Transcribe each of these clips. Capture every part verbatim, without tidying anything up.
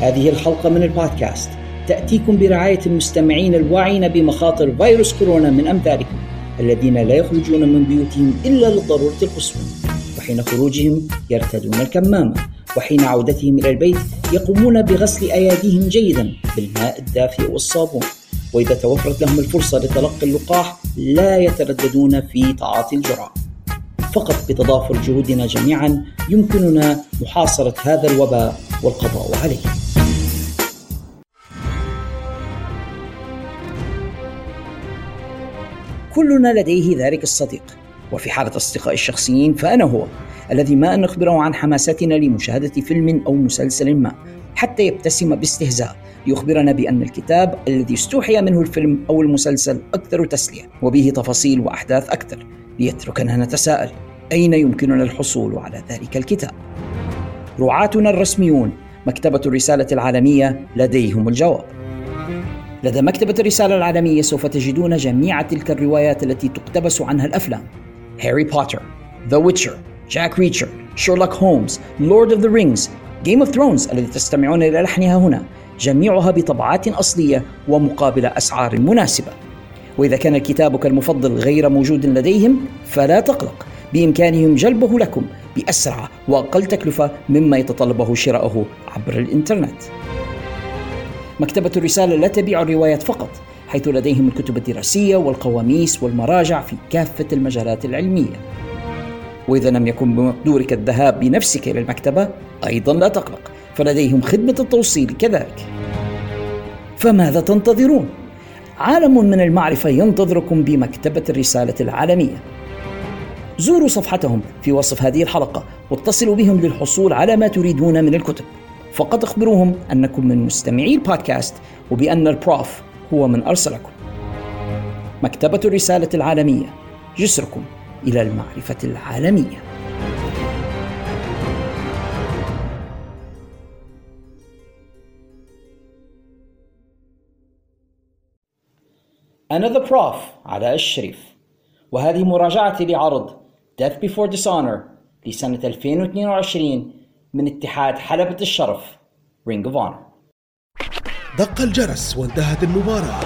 هذه الحلقة من البودكاست تأتيكم برعاية المستمعين الواعين بمخاطر فيروس كورونا من أمثالكم الذين لا يخرجون من بيوتهم إلا للضرورة القصوى، وحين خروجهم يرتدون الكمامة، وحين عودتهم إلى البيت يقومون بغسل أيديهم جيدا بالماء الدافئ والصابون، وإذا توفرت لهم الفرصة لتلقي اللقاح لا يترددون في تعاطي الجرعة. فقط بتضافر جهودنا جميعا يمكننا محاصرة هذا الوباء والقضاء عليه. كلنا لديه ذلك الصديق، وفي حالة أصدقائي الشخصيين فأنا هو الذي ما أن نخبره عن حماستنا لمشاهدة فيلم أو مسلسل ما حتى يبتسم باستهزاء ليخبرنا بأن الكتاب الذي استوحي منه الفيلم أو المسلسل أكثر تسلية وبه تفاصيل وأحداث أكثر، ليتركنا نتساءل أين يمكننا الحصول على ذلك الكتاب. رعاتنا الرسميون مكتبة الرسالة العالمية لديهم الجواب. لدى مكتبة الرسالة العالمية سوف تجدون جميع تلك الروايات التي تقتبس عنها الأفلام: هاري بوتر، ذا ويتشر، جاك ريتشر، شيرلوك هولمز، لورد اوف ذا رينجز، جيم اوف ثرونز الذي تستمعون إلى لحنها هنا، جميعها بطبعات أصلية ومقابل أسعار مناسبة. وإذا كان كتابك المفضل غير موجود لديهم فلا تقلق، بإمكانهم جلبه لكم بأسرع وأقل تكلفة مما يتطلبه شراؤه عبر الإنترنت. مكتبة الرسالة لا تبيع الروايات فقط، حيث لديهم الكتب الدراسية والقواميس والمراجع في كافة المجالات العلمية. وإذا لم يكن بمقدورك الذهاب بنفسك إلى المكتبة أيضا لا تقلق، فلديهم خدمة التوصيل كذلك. فماذا تنتظرون؟ عالم من المعرفة ينتظركم بمكتبة الرسالة العالمية. زوروا صفحتهم في وصف هذه الحلقة واتصلوا بهم للحصول على ما تريدون من الكتب. فقط اخبروهم أنكم من مستمعي البودكاست وبأن البروف هو من أرسلكم. مكتبة الرسالة العالمية، جسركم إلى المعرفة العالمية. أنا The Prof علاء الشريف، وهذه مراجعتي لعرض Death Before Dishonor لسنة ألفين واثنين وعشرين من اتحاد حلبة الشرف Ring of Honor. دق الجرس وانتهت المباراة.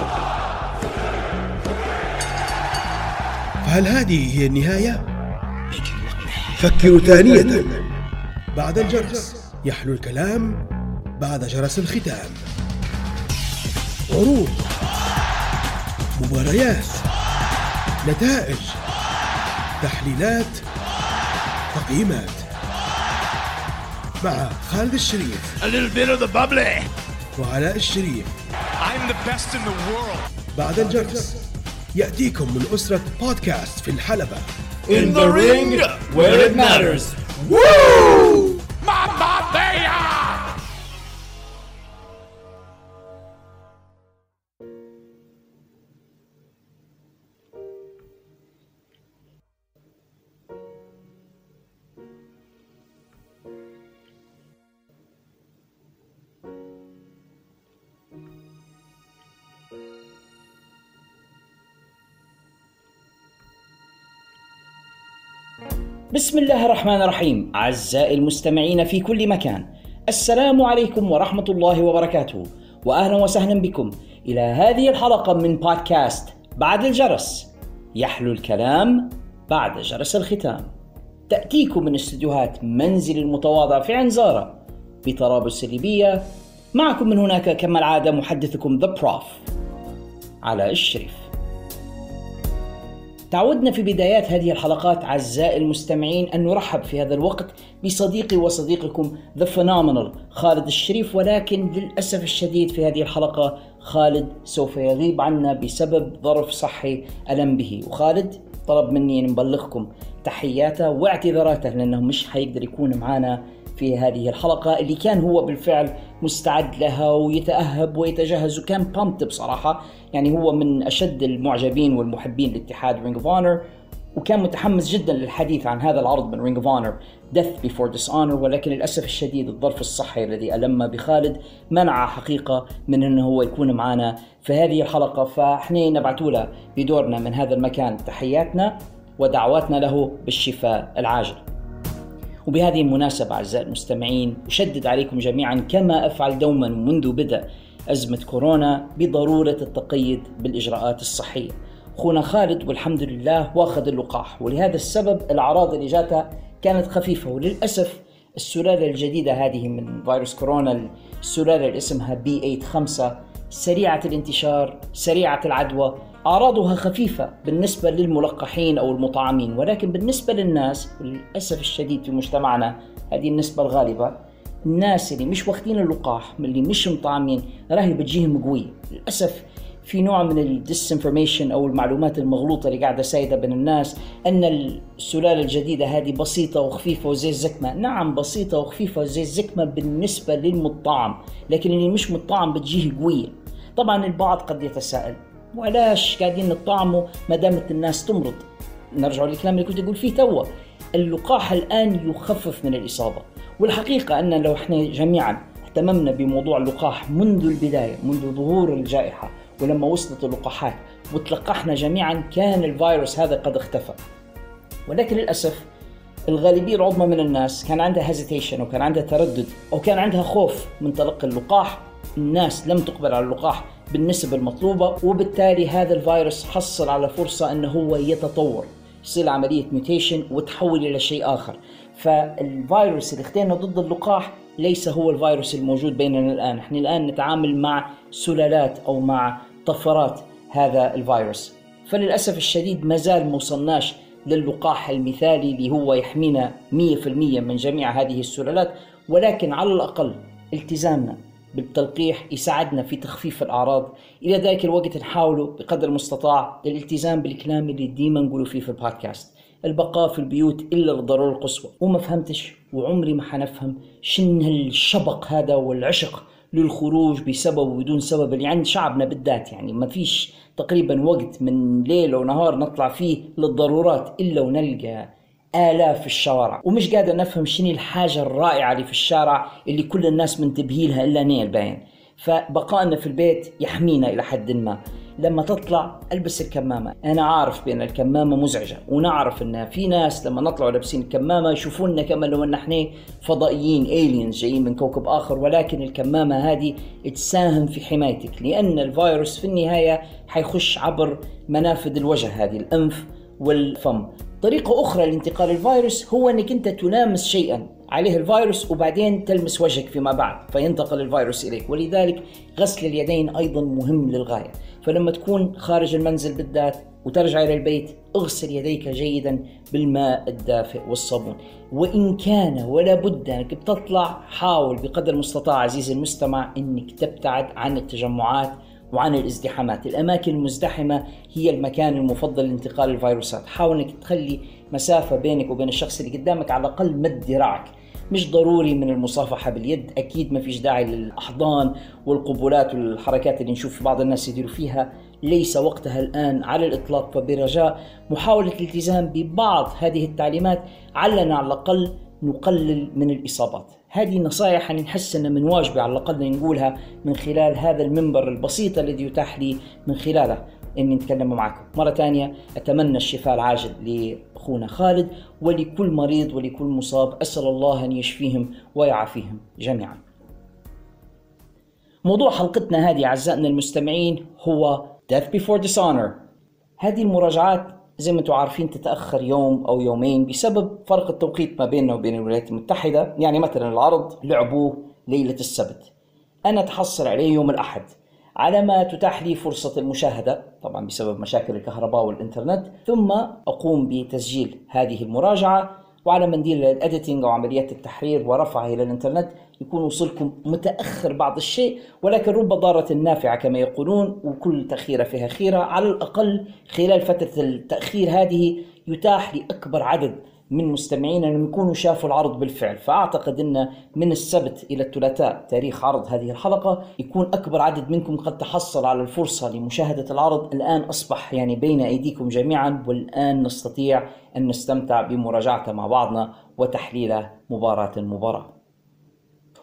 فهل هذه هي النهاية؟ فكروا ثانية. بعد الجرس يحلو الكلام، بعد جرس الختام. عروض، مباريات، نتائج، تحليلات، تقييمات، مع خالد الشريف. A little bit of the bubbly. وعلاء الشريف. I'm the best in the world. بعد الجرس يأتيكم من أسرة بودكاست في الحلبة. In the ring where it matters. Woo! Mamma mia! بسم الله الرحمن الرحيم. أعزائي المستمعين في كل مكان، السلام عليكم ورحمة الله وبركاته، وأهلا وسهلا بكم إلى هذه الحلقة من بودكاست بعد الجرس، يحلو الكلام بعد جرس الختام. تأتيكم من استديوهات منزل المتواضع في عنزارة بطرابلس الليبية. معكم من هناك كما العادة محدثكم The Prof علاء الشريف. تعودنا في بدايات هذه الحلقات أعزائي المستمعين أن نرحب في هذا الوقت بصديقي وصديقكم The Phenomenal خالد الشريف، ولكن للأسف الشديد في هذه الحلقة خالد سوف يغيب عنا بسبب ظرف صحي ألم به. وخالد طلب مني أن نبلغكم تحياته واعتذاراته لأنه مش حيقدر يكون معنا في هذه الحلقة اللي كان هو بالفعل مستعد لها ويتأهب ويتجهز، وكان بامت بصراحة. يعني هو من أشد المعجبين والمحبين لاتحاد Ring of Honor، وكان متحمس جدا للحديث عن هذا العرض من Ring of Honor Death Before Dishonor، ولكن للأسف الشديد الظرف الصحي الذي ألم بخالد منع حقيقة من أنه هو يكون معنا في هذه الحلقة. فإحنا نبعثوا له بدورنا من هذا المكان تحياتنا ودعواتنا له بالشفاء العاجل. وبهذه المناسبة أعزائي المستمعين أشدد عليكم جميعا كما أفعل دوما منذ بدء أزمة كورونا بضرورة التقيد بالإجراءات الصحية. أخونا خالد والحمد لله واخذ اللقاح، ولهذا السبب الأعراض اللي جاتها كانت خفيفة، وللأسف السلالة الجديدة هذه من فيروس كورونا، السلالة اللي اسمها بي ثمانية خمسة، سريعة الانتشار سريعة العدوى، أعراضها خفيفة بالنسبة للملقحين أو المطعمين، ولكن بالنسبة للناس وللأسف الشديد في مجتمعنا هذه النسبة الغالبة، الناس اللي مش واخدين اللقاح اللي مش مطعمين راهي بتجيهم قوية. للأسف في نوع من الديسانفورميشن أو المعلومات المغلوطة اللي قاعدة سايدة بين الناس أن السلالة الجديدة هذه بسيطة وخفيفة وزي الزكمة. نعم بسيطة وخفيفة وزي الزكمة بالنسبة للمطعم، لكن اللي مش مطعم بتجيه قوية. طبعا البعض قد يتساءل وعلاش قاعدين نطعمه ما دامت الناس تمرض؟ نرجع للكلام اللي كنت أقول فيه توا، اللقاح الآن يخفف من الإصابة، والحقيقة أن لو احنا جميعا اهتممنا بموضوع اللقاح منذ البداية منذ ظهور الجائحة ولما وصلت اللقاحات وتلقحنا جميعا كان الفيروس هذا قد اختفى. ولكن للأسف الغالبية العظمى من الناس كان عندها هيزيتيشن وكان عندها تردد أو كان عندها خوف من تلقي اللقاح. الناس لم تقبل على اللقاح بالنسبة المطلوبة، وبالتالي هذا الفيروس حصل على فرصة أنه هو يتطور، يصير عملية ميوتيشن وتحول إلى شيء آخر. فالفيروس اللي اختينا ضد اللقاح ليس هو الفيروس الموجود بيننا الآن. احنا الآن نتعامل مع سلالات أو مع طفرات هذا الفيروس. فللأسف الشديد ما زال موصلناش للقاح المثالي اللي هو يحمينا مية في المية من جميع هذه السلالات، ولكن على الأقل التزامنا بالتلقيح يساعدنا في تخفيف الأعراض. إلى ذلك الوقت نحاول بقدر المستطاع الالتزام بالكلام اللي ديما نقوله فيه في البودكاست، البقاء في البيوت إلا للضرورة القصوى. وما فهمتش وعمري ما حنفهم شن هالشبق هذا والعشق للخروج بسبب وبدون سبب اللي عند شعبنا بالذات. يعني ما فيش تقريبا وقت من ليل ونهار نطلع فيه للضرورات إلا ونلقى آلاف في الشوارع، ومش قادر نفهم شنو الحاجة الرائعة اللي في الشارع اللي كل الناس منتبهين إلا نيل باين. فبقائنا في البيت يحمينا إلى حد ما. لما تطلع البس الكمامة. أنا عارف بأن الكمامة مزعجة، ونعرف أن في ناس لما نطلعوا لابسين الكمامة يشوفوننا كما لو أن احنا فضائيين aliens جايين من كوكب آخر، ولكن الكمامة هذه تساهم في حمايتك، لأن الفيروس في النهاية حيخش عبر منافذ الوجه هذه، الأنف والفم. طريقة أخرى لانتقال الفيروس هو أنك أنت تلامس شيئا عليه الفيروس وبعدين تلمس وجهك فيما بعد فينتقل الفيروس إليك، ولذلك غسل اليدين أيضا مهم للغاية. فلما تكون خارج المنزل بالذات وترجع إلى البيت اغسل يديك جيدا بالماء الدافئ والصابون. وإن كان ولا بد أنك بتطلع حاول بقدر المستطاع عزيزي المستمع أنك تبتعد عن التجمعات وعن الازدحامات. الأماكن المزدحمة هي المكان المفضل لانتقال الفيروسات. حاول أنك تخلي مسافة بينك وبين الشخص اللي قدامك على الأقل مد ذراعك. مش ضروري من المصافحة باليد، أكيد ما فيش داعي للأحضان والقبلات والحركات اللي نشوف بعض الناس يديروا فيها، ليس وقتها الآن على الإطلاق. فبرجاء محاولة الالتزام ببعض هذه التعليمات علنا على الأقل نقلل من الإصابات. هذه نصائح نحس أن من واجبي على الأقل نقولها من خلال هذا المنبر البسيط الذي يتاح لي من خلاله أني نتكلم معكم. مرة تانية أتمنى الشفاء العاجل لأخونا خالد ولكل مريض ولكل مصاب، أسأل الله أن يشفيهم ويعافيهم جميعا. موضوع حلقتنا هذه أعزائنا المستمعين هو Death Before Dishonor. هذه المراجعات زي ما انتم عارفين تتأخر يوم أو يومين بسبب فرق التوقيت ما بيننا وبين الولايات المتحدة. يعني مثلا العرض لعبوه ليلة السبت، أنا تحصل عليه يوم الأحد، على ما تتاح لي فرصة المشاهدة طبعا بسبب مشاكل الكهرباء والإنترنت، ثم أقوم بتسجيل هذه المراجعة، وعلى ما ندير الإديتينج أو عمليات التحرير ورفعها إلى الإنترنت يكون وصلكم متأخر بعض الشيء، ولكن رب ضارة نافعة كما يقولون، وكل تأخيرة فيها خيرة. على الأقل خلال فترة التأخير هذه يتاح لأكبر عدد من مستمعين أنهم يكونوا شافوا العرض بالفعل. فأعتقد أن من السبت إلى الثلاثاء تاريخ عرض هذه الحلقة يكون أكبر عدد منكم قد تحصل على الفرصة لمشاهدة العرض. الآن أصبح يعني بين أيديكم جميعا، والآن نستطيع أن نستمتع بمراجعته مع بعضنا وتحليله مباراة مباراة.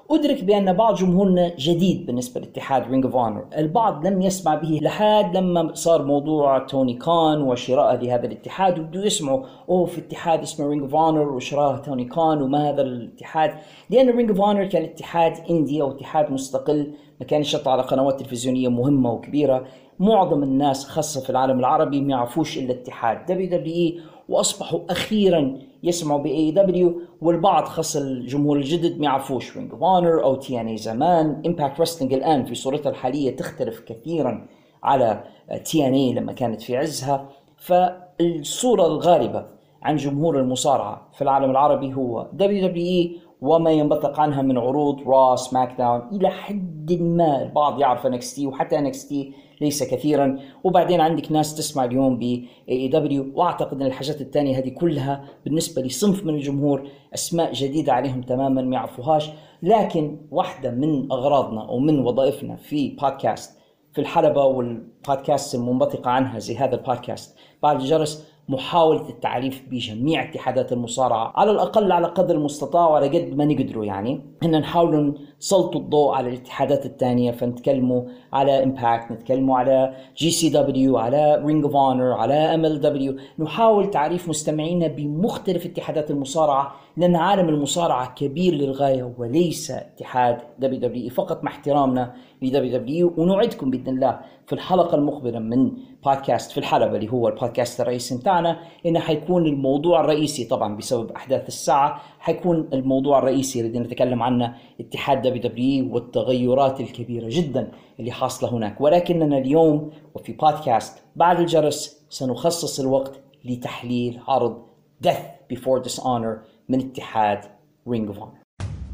أدرك بأن بعض جمهورنا جديد بالنسبة لاتحاد رينج اوف اونر، البعض لم يسمع به لحد لما صار موضوع توني كان وشراءه لهذا الاتحاد، وبدوا يسمعوا أوه في اتحاد اسمه رينج اوف اونر وشراه توني كان وما هذا الاتحاد. لأن رينج اوف اونر كان اتحاد اندي أو اتحاد مستقل، ما كان يشتغل على قنوات تلفزيونية مهمة وكبيرة. معظم الناس خاصة في العالم العربي ما يعرفوش إلا اتحاد دبليو دبليو إي، وأصبحوا أخيرا يسمعوا ب إيه دبليو، والبعض خاصة الجمهور الجدد ما يعرفوش رينج اوف اونر أو تي ان اي زمان. امباكت رسلينج الآن في صورتها الحالية تختلف كثيرا على تي ان اي لما كانت في عزها. فالصورة الغالبة عن جمهور المصارعة في العالم العربي هو دبليو دبليو إي وما ينبثق عنها من عروض را سماك داون إلى حد ما. البعض يعرف إن إكس تي وحتى إن إكس تي ليس كثيرا، وبعدين عندك ناس تسمع اليوم ب إيه إي دبليو. واعتقد ان الحاجات الثانية هذه كلها بالنسبة لصنف من الجمهور اسماء جديدة عليهم تماما ما يعرفوهاش. لكن واحدة من اغراضنا ومن وظائفنا في بودكاست في الحلبة والبودكاست المنبثقة عنها زي هذا البودكاست بعد الجرس محاولة التعريف بجميع اتحادات المصارعة على الأقل على قدر المستطاع وعلى قد ما نقدروا، يعني إن نحاول نسلط الضوء على الاتحادات الثانية. فنتكلموا على إمباكت، نتكلموا على جي سي دبليو، على رينج اوف اونر، على ام ال دبليو. نحاول تعريف مستمعينا بمختلف اتحادات المصارعة، لأن عالم المصارعة كبير للغاية وليس اتحاد دبليو دبليو إي فقط، مع احترامنا لدبليو دبليو. ونوعدكم بإذن الله في الحلقة المقبلة من بودكاست في الحلبة اللي هو البودكاست الرئيسي بتاعنا إنه حيكون الموضوع الرئيسي طبعا بسبب أحداث الساعة، حيكون الموضوع الرئيسي الذي نتكلم عنه اتحاد دبليو دبليو إي والتغيرات الكبيرة جدا اللي حاصلة هناك. ولكننا اليوم وفي بودكاست بعد الجرس سنخصص الوقت لتحليل عرض Death Before Dishonor من اتحاد Ring of Honor.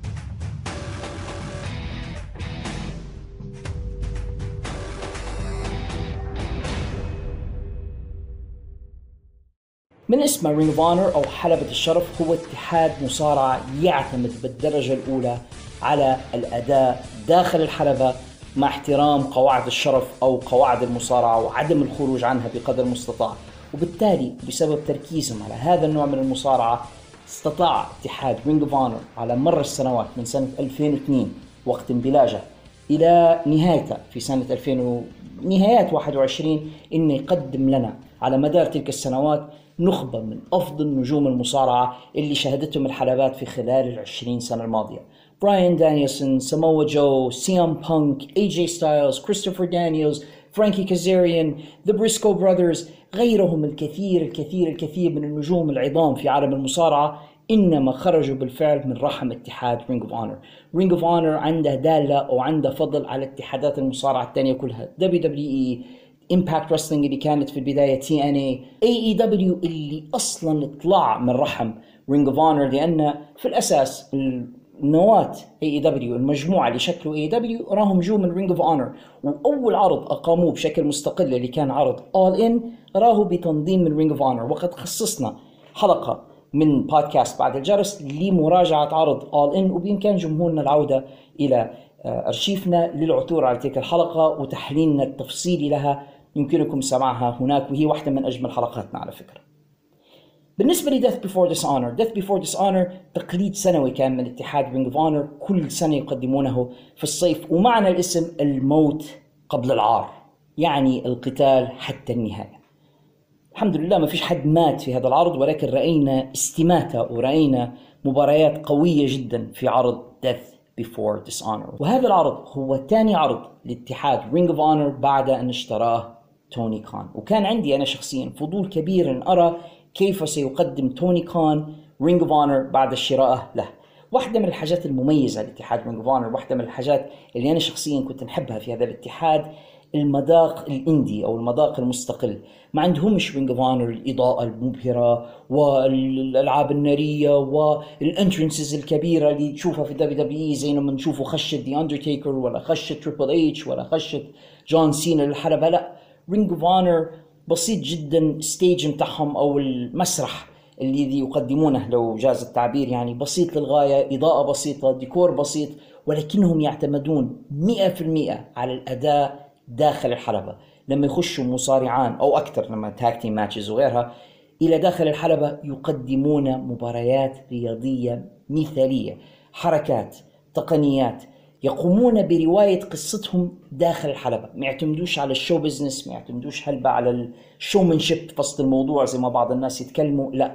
من اسم رينج اوف اونر أو حلبة الشرف، هو اتحاد مصارعة يعتمد بالدرجة الأولى على الأداء داخل الحلبة مع احترام قواعد الشرف أو قواعد المصارعة وعدم الخروج عنها بقدر المستطاع. وبالتالي بسبب تركيزهم على هذا النوع من المصارعة استطاع اتحاد رينج اوف اونر على مر السنوات من سنة ألفين واثنين وقت انبلاجه إلى نهايته في سنة ألفين و... نهايات واحد وعشرين إن يقدم لنا على مدار تلك السنوات نخبة من أفضل نجوم المصارعة اللي شهدتهم الحلبات في خلال العشرين سنة الماضية. براين دانيلسون، ساموا جو، سيام بانك، اي جي ستايلز، كريستوفر دانييلز، فرانكي كازاريان، ذا بريسكو براذرز، غيرهم الكثير الكثير الكثير من النجوم العظام في عالم المصارعة إنما خرجوا بالفعل من رحم اتحاد رينج اوف اونر. رينج اوف اونر عنده دالة أو عنده فضل على اتحادات المصارعة الثانية كلها، دبليو دبليو إي، امباكت رسلينج اللي كانت في البداية تي ان اي، اي اي دبليو اللي اصلا طلع من رحم رينج اوف اونر، لان في الاساس النواة اي اي دبليو المجموعة اللي شكلوا اي دبليو راهم جو من رينج اوف اونر. واول عرض اقاموه بشكل مستقل اللي كان عرض اول ان راهو بتنظيم من رينج اوف اونر. وقد خصصنا حلقة من بودكاست بعد الجرس لمراجعة عرض اول ان، وبإمكان جمهورنا العودة الى أرشيفنا للعثور على تلك الحلقة وتحليلنا التفصيلي لها، يمكنكم سماعها هناك وهي واحدة من أجمل حلقاتنا على فكرة. بالنسبة ل Death Before Dishonor، Death Before Dishonor تقليد سنوي كان من اتحاد Ring of Honor، كل سنة يقدمونه في الصيف، ومعنى الاسم الموت قبل العار، يعني القتال حتى النهاية. الحمد لله ما فيش حد مات في هذا العرض، ولكن رأينا استماتة ورأينا مباريات قوية جدا في عرض Death Before Dishonor. وهذا العرض هو ثاني عرض لاتحاد Ring of Honor بعد أن اشتراه توني كان، وكان عندي أنا شخصيا فضول كبير أن أرى كيف سيقدم توني كان Ring of Honor بعد شرائه له. واحدة من الحاجات المميزة لاتحاد Ring of Honor، واحدة من الحاجات اللي أنا شخصيا كنت نحبها في هذا الاتحاد، المذاق الاندي او المذاق المستقل. ما عندهمش رينج اوف اونر الاضاءه المبهره والالعاب الناريه والانترنسز الكبيره اللي تشوفها في دبليو دبليو اي، زي لما نشوفوا خشه دي اندرتيكر ولا خشه تريبل اتش ولا خشه جون سينا للحلبه. لا، رينج اوف اونر بسيط جدا، ستيج متاعهم او المسرح الذي يقدمونه لو جاز التعبير يعني بسيط للغايه، اضاءه بسيطه، ديكور بسيط، ولكنهم يعتمدون مئة في المئة على الاداء داخل الحلبة. لما يخشوا مصارعان أو أكثر لما تاك تيم ماتشز وغيرها إلى داخل الحلبة يقدمون مباريات رياضية مثالية، حركات، تقنيات، يقومون برواية قصتهم داخل الحلبة، ما يعتمدوش على الشو بيزنس، ما يعتمدوش هلبة على الشومنشيب في وسط الموضوع زي ما بعض الناس يتكلموا، لا،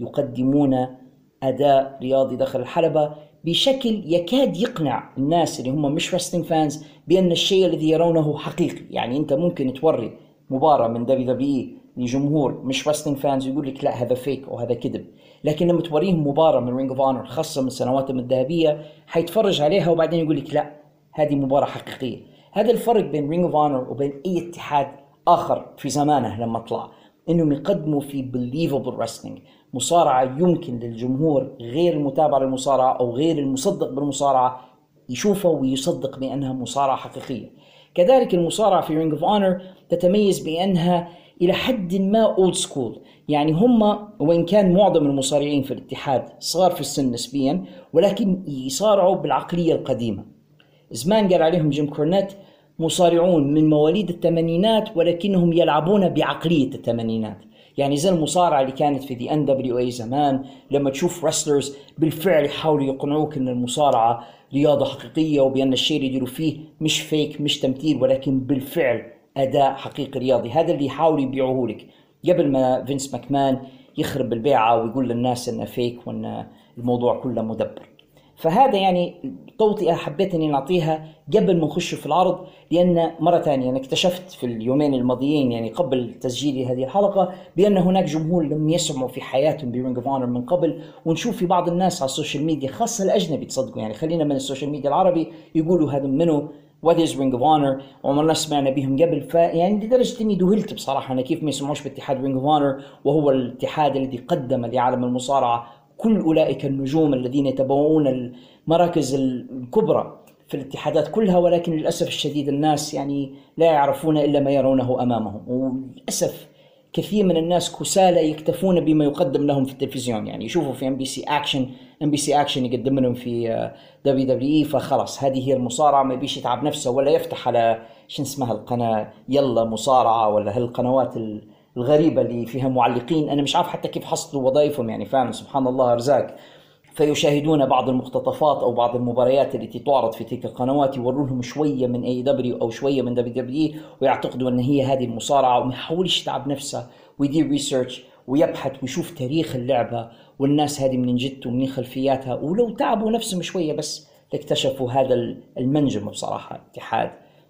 يقدمون أداء رياضي داخل الحلبة بشكل يكاد يقنع الناس اللي هم مش رستنج فانز بأن الشيء الذي يرونه حقيقي. يعني أنت ممكن توري مباراة من دبليو دبليو إي لجمهور مش رستنج فانز يقول لك لا هذا فيك أو هذا كذب، لكن لما توريهم مباراة من رينج اوف اونر خاصة من سنواتهم الذهبية حيتفرج عليها وبعدين يقول لك لا هذه مباراة حقيقية. هذا الفرق بين رينج اوف اونر وبين أي اتحاد آخر في زمانه لما طلع، إنهم يقدموا في believable wrestling، مصارعة يمكن للجمهور غير المتابع للمصارعة أو غير المصدق بالمصارعة يشوفها ويصدق بأنها مصارعة حقيقية. كذلك المصارعة في رينج اوف اونر تتميز بأنها إلى حد ما أولد سكول، يعني هم وإن كان معظم المصارعين في الاتحاد صغار في السن نسبيا ولكن يصارعوا بالعقلية القديمة. زمان قال عليهم جيم كورنيت مصارعون من مواليد الثمانينات ولكنهم يلعبون بعقلية الثمانينات، يعني زي المصارعة اللي كانت في دي ان دبليو اي زمان، لما تشوف رسلرز بالفعل يحاولوا يقنعوك ان المصارعة رياضة حقيقية وبأن الشيء اللي يديروا فيه مش فيك مش تمثيل ولكن بالفعل أداء حقيقي رياضي. هذا اللي يحاولوا يبيعوه لك قبل ما فينس ماكمان يخرب البيعة ويقول للناس انه فيك وان الموضوع كله مدبر. فهذا يعني توطئة حبيت أني نعطيها قبل ما نخش في العرض، لأن مرة ثانية أنا اكتشفت في اليومين الماضيين يعني قبل تسجيل هذه الحلقة بأن هناك جمهور لم يسمعوا في حياتهم برينج اوف اونر من قبل، ونشوف في بعض الناس على السوشيال ميديا خاصة الأجنبي تصدقوا، يعني خلينا من السوشيال ميديا العربي يقولوا هذا منه what is Ring of Honor وعمرنا سمعنا بهم قبل. فيعني لدرجة أني ذهلت بصراحة أنا كيف ما يسمعوش باتحاد Ring of Honor وهو الاتحاد الذي قدم لعالم المصارعة كل أولئك النجوم الذين يتبوؤون المراكز الكبرى في الاتحادات كلها، ولكن للأسف الشديد الناس يعني لا يعرفون إلا ما يرونه أمامهم، وللأسف كثير من الناس كسالى يكتفون بما يقدم لهم في التلفزيون، يعني يشوفوا في ام بي سي اكشن ام بي سي اكشن يقدم لهم في دبليو دبليو اي فخلاص هذه هي المصارعة، ما يبيش يتعب نفسه ولا يفتح على شو اسمها القناة يلا مصارعة ولا هالقنوات الغريبة اللي فيها معلقين أنا مش عارف حتى كيف حصلوا وظائفهم، يعني فعلا سبحان الله أرزاق، فيشاهدون بعض المقتطفات أو بعض المباريات التي تعرض في تلك القنوات يوروا لهم شوية من اي دبليو أو شوية من دبليو دبليو اي ويعتقدوا أن هي هذه المصارعة، وما يحاولش يتعب نفسه ويدير ريسيرش ويبحث ويشوف تاريخ اللعبة والناس هذه من جد ومن خلفياتها، ولو تعبوا نفسهم شوية بس لاكتشفوا هذا المنجم بصراحة اتحاد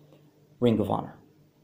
Ring of Honor.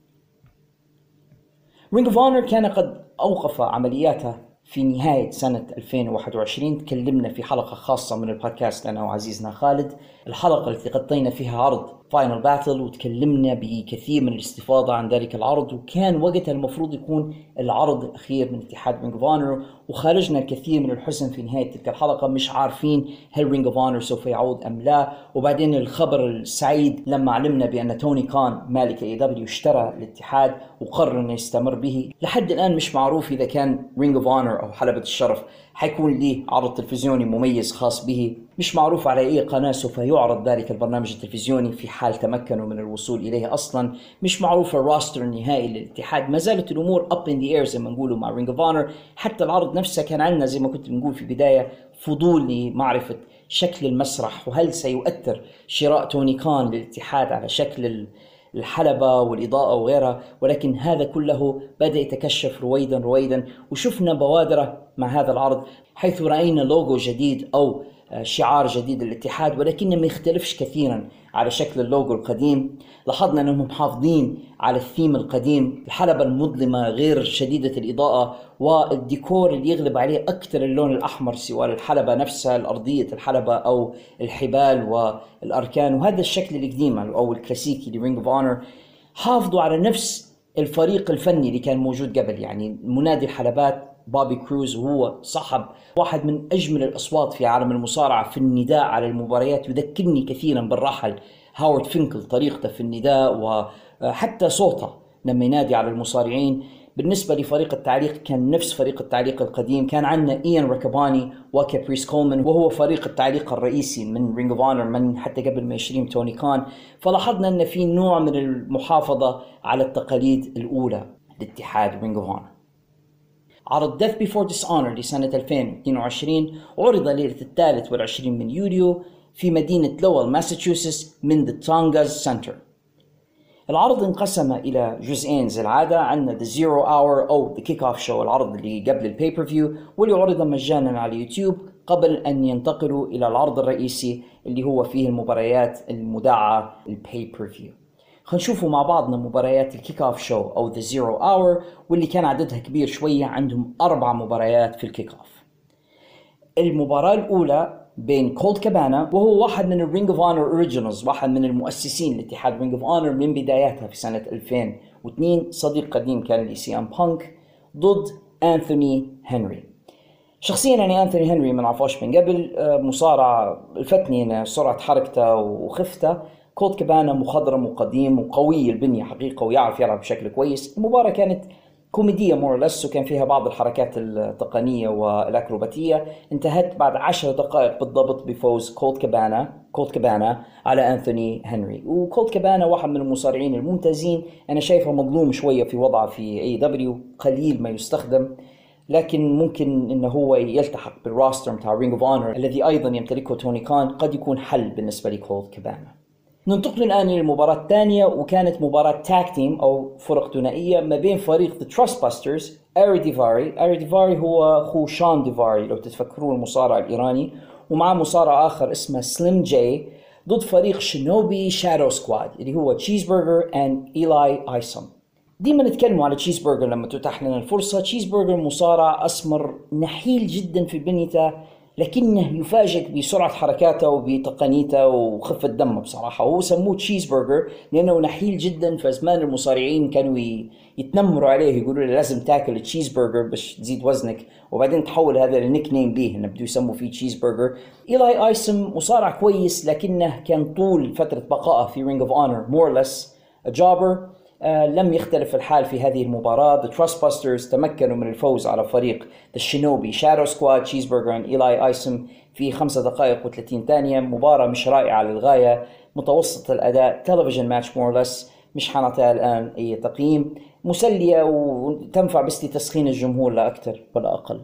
Ring of Honor كان قد أوقف عملياته في نهاية سنة ألفين وواحد وعشرين. تكلمنا في حلقة خاصة من البودكاست أنا وعزيزنا خالد، الحلقة التي غطينا فيها عرض فاينل باتل وتكلمنا بكثير من الاستفاضة عن ذلك العرض، وكان وقتها المفروض يكون العرض الأخير من اتحاد Ring of Honor، وخارجنا الكثير من الحزن في نهاية تلك الحلقة مش عارفين هل Ring of Honor سوف يعود أم لا. وبعدين الخبر السعيد لما علمنا بأن توني كان مالك اي دبليو اشترى الاتحاد وقرر أن يستمر به. لحد الآن مش معروف إذا كان Ring of Honor أو حلبة الشرف حيكون ليه عرض تلفزيوني مميز خاص به، مش معروف على أي قناة سوف يعرض ذلك البرنامج التلفزيوني في حال تمكنوا من الوصول إليه أصلا، مش معروف الراستر النهائي للاتحاد، ما زالت الأمور up in the air زي ما نقولوا مع Ring of Honor. حتى العرض نفسه كان عندنا زي ما كنت نقول في بداية فضول لمعرفة شكل المسرح وهل سيؤثر شراء توني كان للاتحاد على شكل الحلبة والإضاءة وغيرها، ولكن هذا كله بدأ يتكشف رويدا رويدا، وشفنا بوادره مع هذا العرض حيث رأينا لوجو جديد أو شعار جديد للاتحاد، ولكنه ما يختلفش كثيرا على شكل اللوجو القديم. لاحظنا أنهم محافظين على الثيم القديم، الحلبة المظلمة غير شديدة الإضاءة والديكور اللي يغلب عليه أكثر اللون الأحمر سواء الحلبة نفسها الأرضية الحلبة أو الحبال والأركان، وهذا الشكل القديم أو الكلاسيكي لرينج اوف اونر. حافظوا على نفس الفريق الفني اللي كان موجود قبل، يعني منادي الحلبات بوبي كروز وهو صاحب واحد من أجمل الأصوات في عالم المصارعة في النداء على المباريات، يذكرني كثيرا بالراحل هاورد فينكل، طريقته في النداء وحتى صوته لما ينادي على المصارعين. بالنسبة لفريق التعليق كان نفس فريق التعليق القديم، كان عندنا إيان راكاباني وكابريس كولمان وهو فريق التعليق الرئيسي من رينج اوف اونر من حتى قبل ما يشتري توني كان. فلاحظنا أن في نوع من المحافظة على التقاليد الأولى لاتحاد رينج اوف اونر. عرض Death Before Dishonor لسنة ألفين واثنين وعشرين عرض ليلة الثالث والعشرين من يوليو في مدينة لويل ماساتشوستس من The Tongass Center. العرض انقسم إلى جزئين زي العادة. عندنا The Zero Hour أو The Kick Off Show، العرض اللي قبل البي بير فيو واللي عرض مجانا على اليوتيوب قبل أن ينتقلوا إلى العرض الرئيسي اللي هو فيه المباريات المدعاة البي بير فيو. خلينا نشوفوا مع بعضنا مباريات الكيك اوف شو أو The Zero Hour واللي كان عددها كبير شوية. عندهم أربع مباريات في الكيك اوف. المباراة الأولى بين كولت كابانا، وهو واحد من الرينج اوف اونر اوريجينالز، واحد من المؤسسين لاتحاد رينج اوف اونر من بداياتها في سنة ألفين واثنين، صديق قديم كان لسي ام بانك، ضد أنثوني هنري. شخصيا يعني أنثوني هنري ما نعرفوش من قبل، مصارع الفتني سرعة حركته وخفته. كولت كابانا مخضرم وقديم وقوي البنية حقيقة ويعرف يلعب بشكل كويس. المباراة كانت كوميدية مورلس وكان فيها بعض الحركات التقنية والأكروباتية. انتهت بعد عشر دقائق بالضبط بفوز كولت كابانا كولت كابانا على أنثوني هنري. وكولت كابانا واحد من المصارعين الممتازين، أنا شايفه مظلوم شوية في وضعه في اي دبليو، قليل ما يستخدم، لكن ممكن انه هو يلتحق بالراستر متاع رينج اوف اونر الذي ايضا يمتلكه توني كان، قد يكون حل بالنسبة لكولت كابانا. ننتقل الآن للمباراة الثانية، وكانت مباراة تاك تيم أو فرق ثنائية ما بين فريق The Trustbusters أري ديفاري. أري ديفاري هو أخو شون ديفاري لو تتفكرون المصارع الإيراني، ومع مصارع آخر اسمه سليم جاي، ضد فريق شينوبي شادو سكواد اللي هو تشيزبرجر and إيلاي آيسوم. ديما نتكلموا على تشيزبرجر لما تتاح لنا الفرصة. تشيزبرجر مصارع أسمر نحيل جدا في بنيته، لكنه يفاجئ بسرعة حركاته وبتقنيته وخفة دمه بصراحة. وهو سموه تشيزبرجر لأنه نحيل جدا. في زمان المصارعين كانوا يتنمروا عليه، يقولوا له لازم تاكل تشيزبرجر باش تزيد وزنك، وبعدين تحول هذا النيك نيم ليه انه بدو يسموا فيه تشيزبرجر. إيلاي آيسوم مصارع كويس، لكنه كان طول فترة بقائه في رينج اوف اونر مورلس جابر. آه لم يختلف الحال في هذه المباراة. The Trustbusters تمكنوا من الفوز على فريق The Shinobi Shadow Squad Cheeseburger and إيلاي آيسوم في خمسة دقائق وثلاثين ثانية. مباراة مش رائعة للغاية، متوسط الأداء، تلفزيون ماتش مورلس، مش حنعطيها الآن أي تقييم. مسلية وتنفع بس لتسخين الجمهور لا أكثر ولا أقل.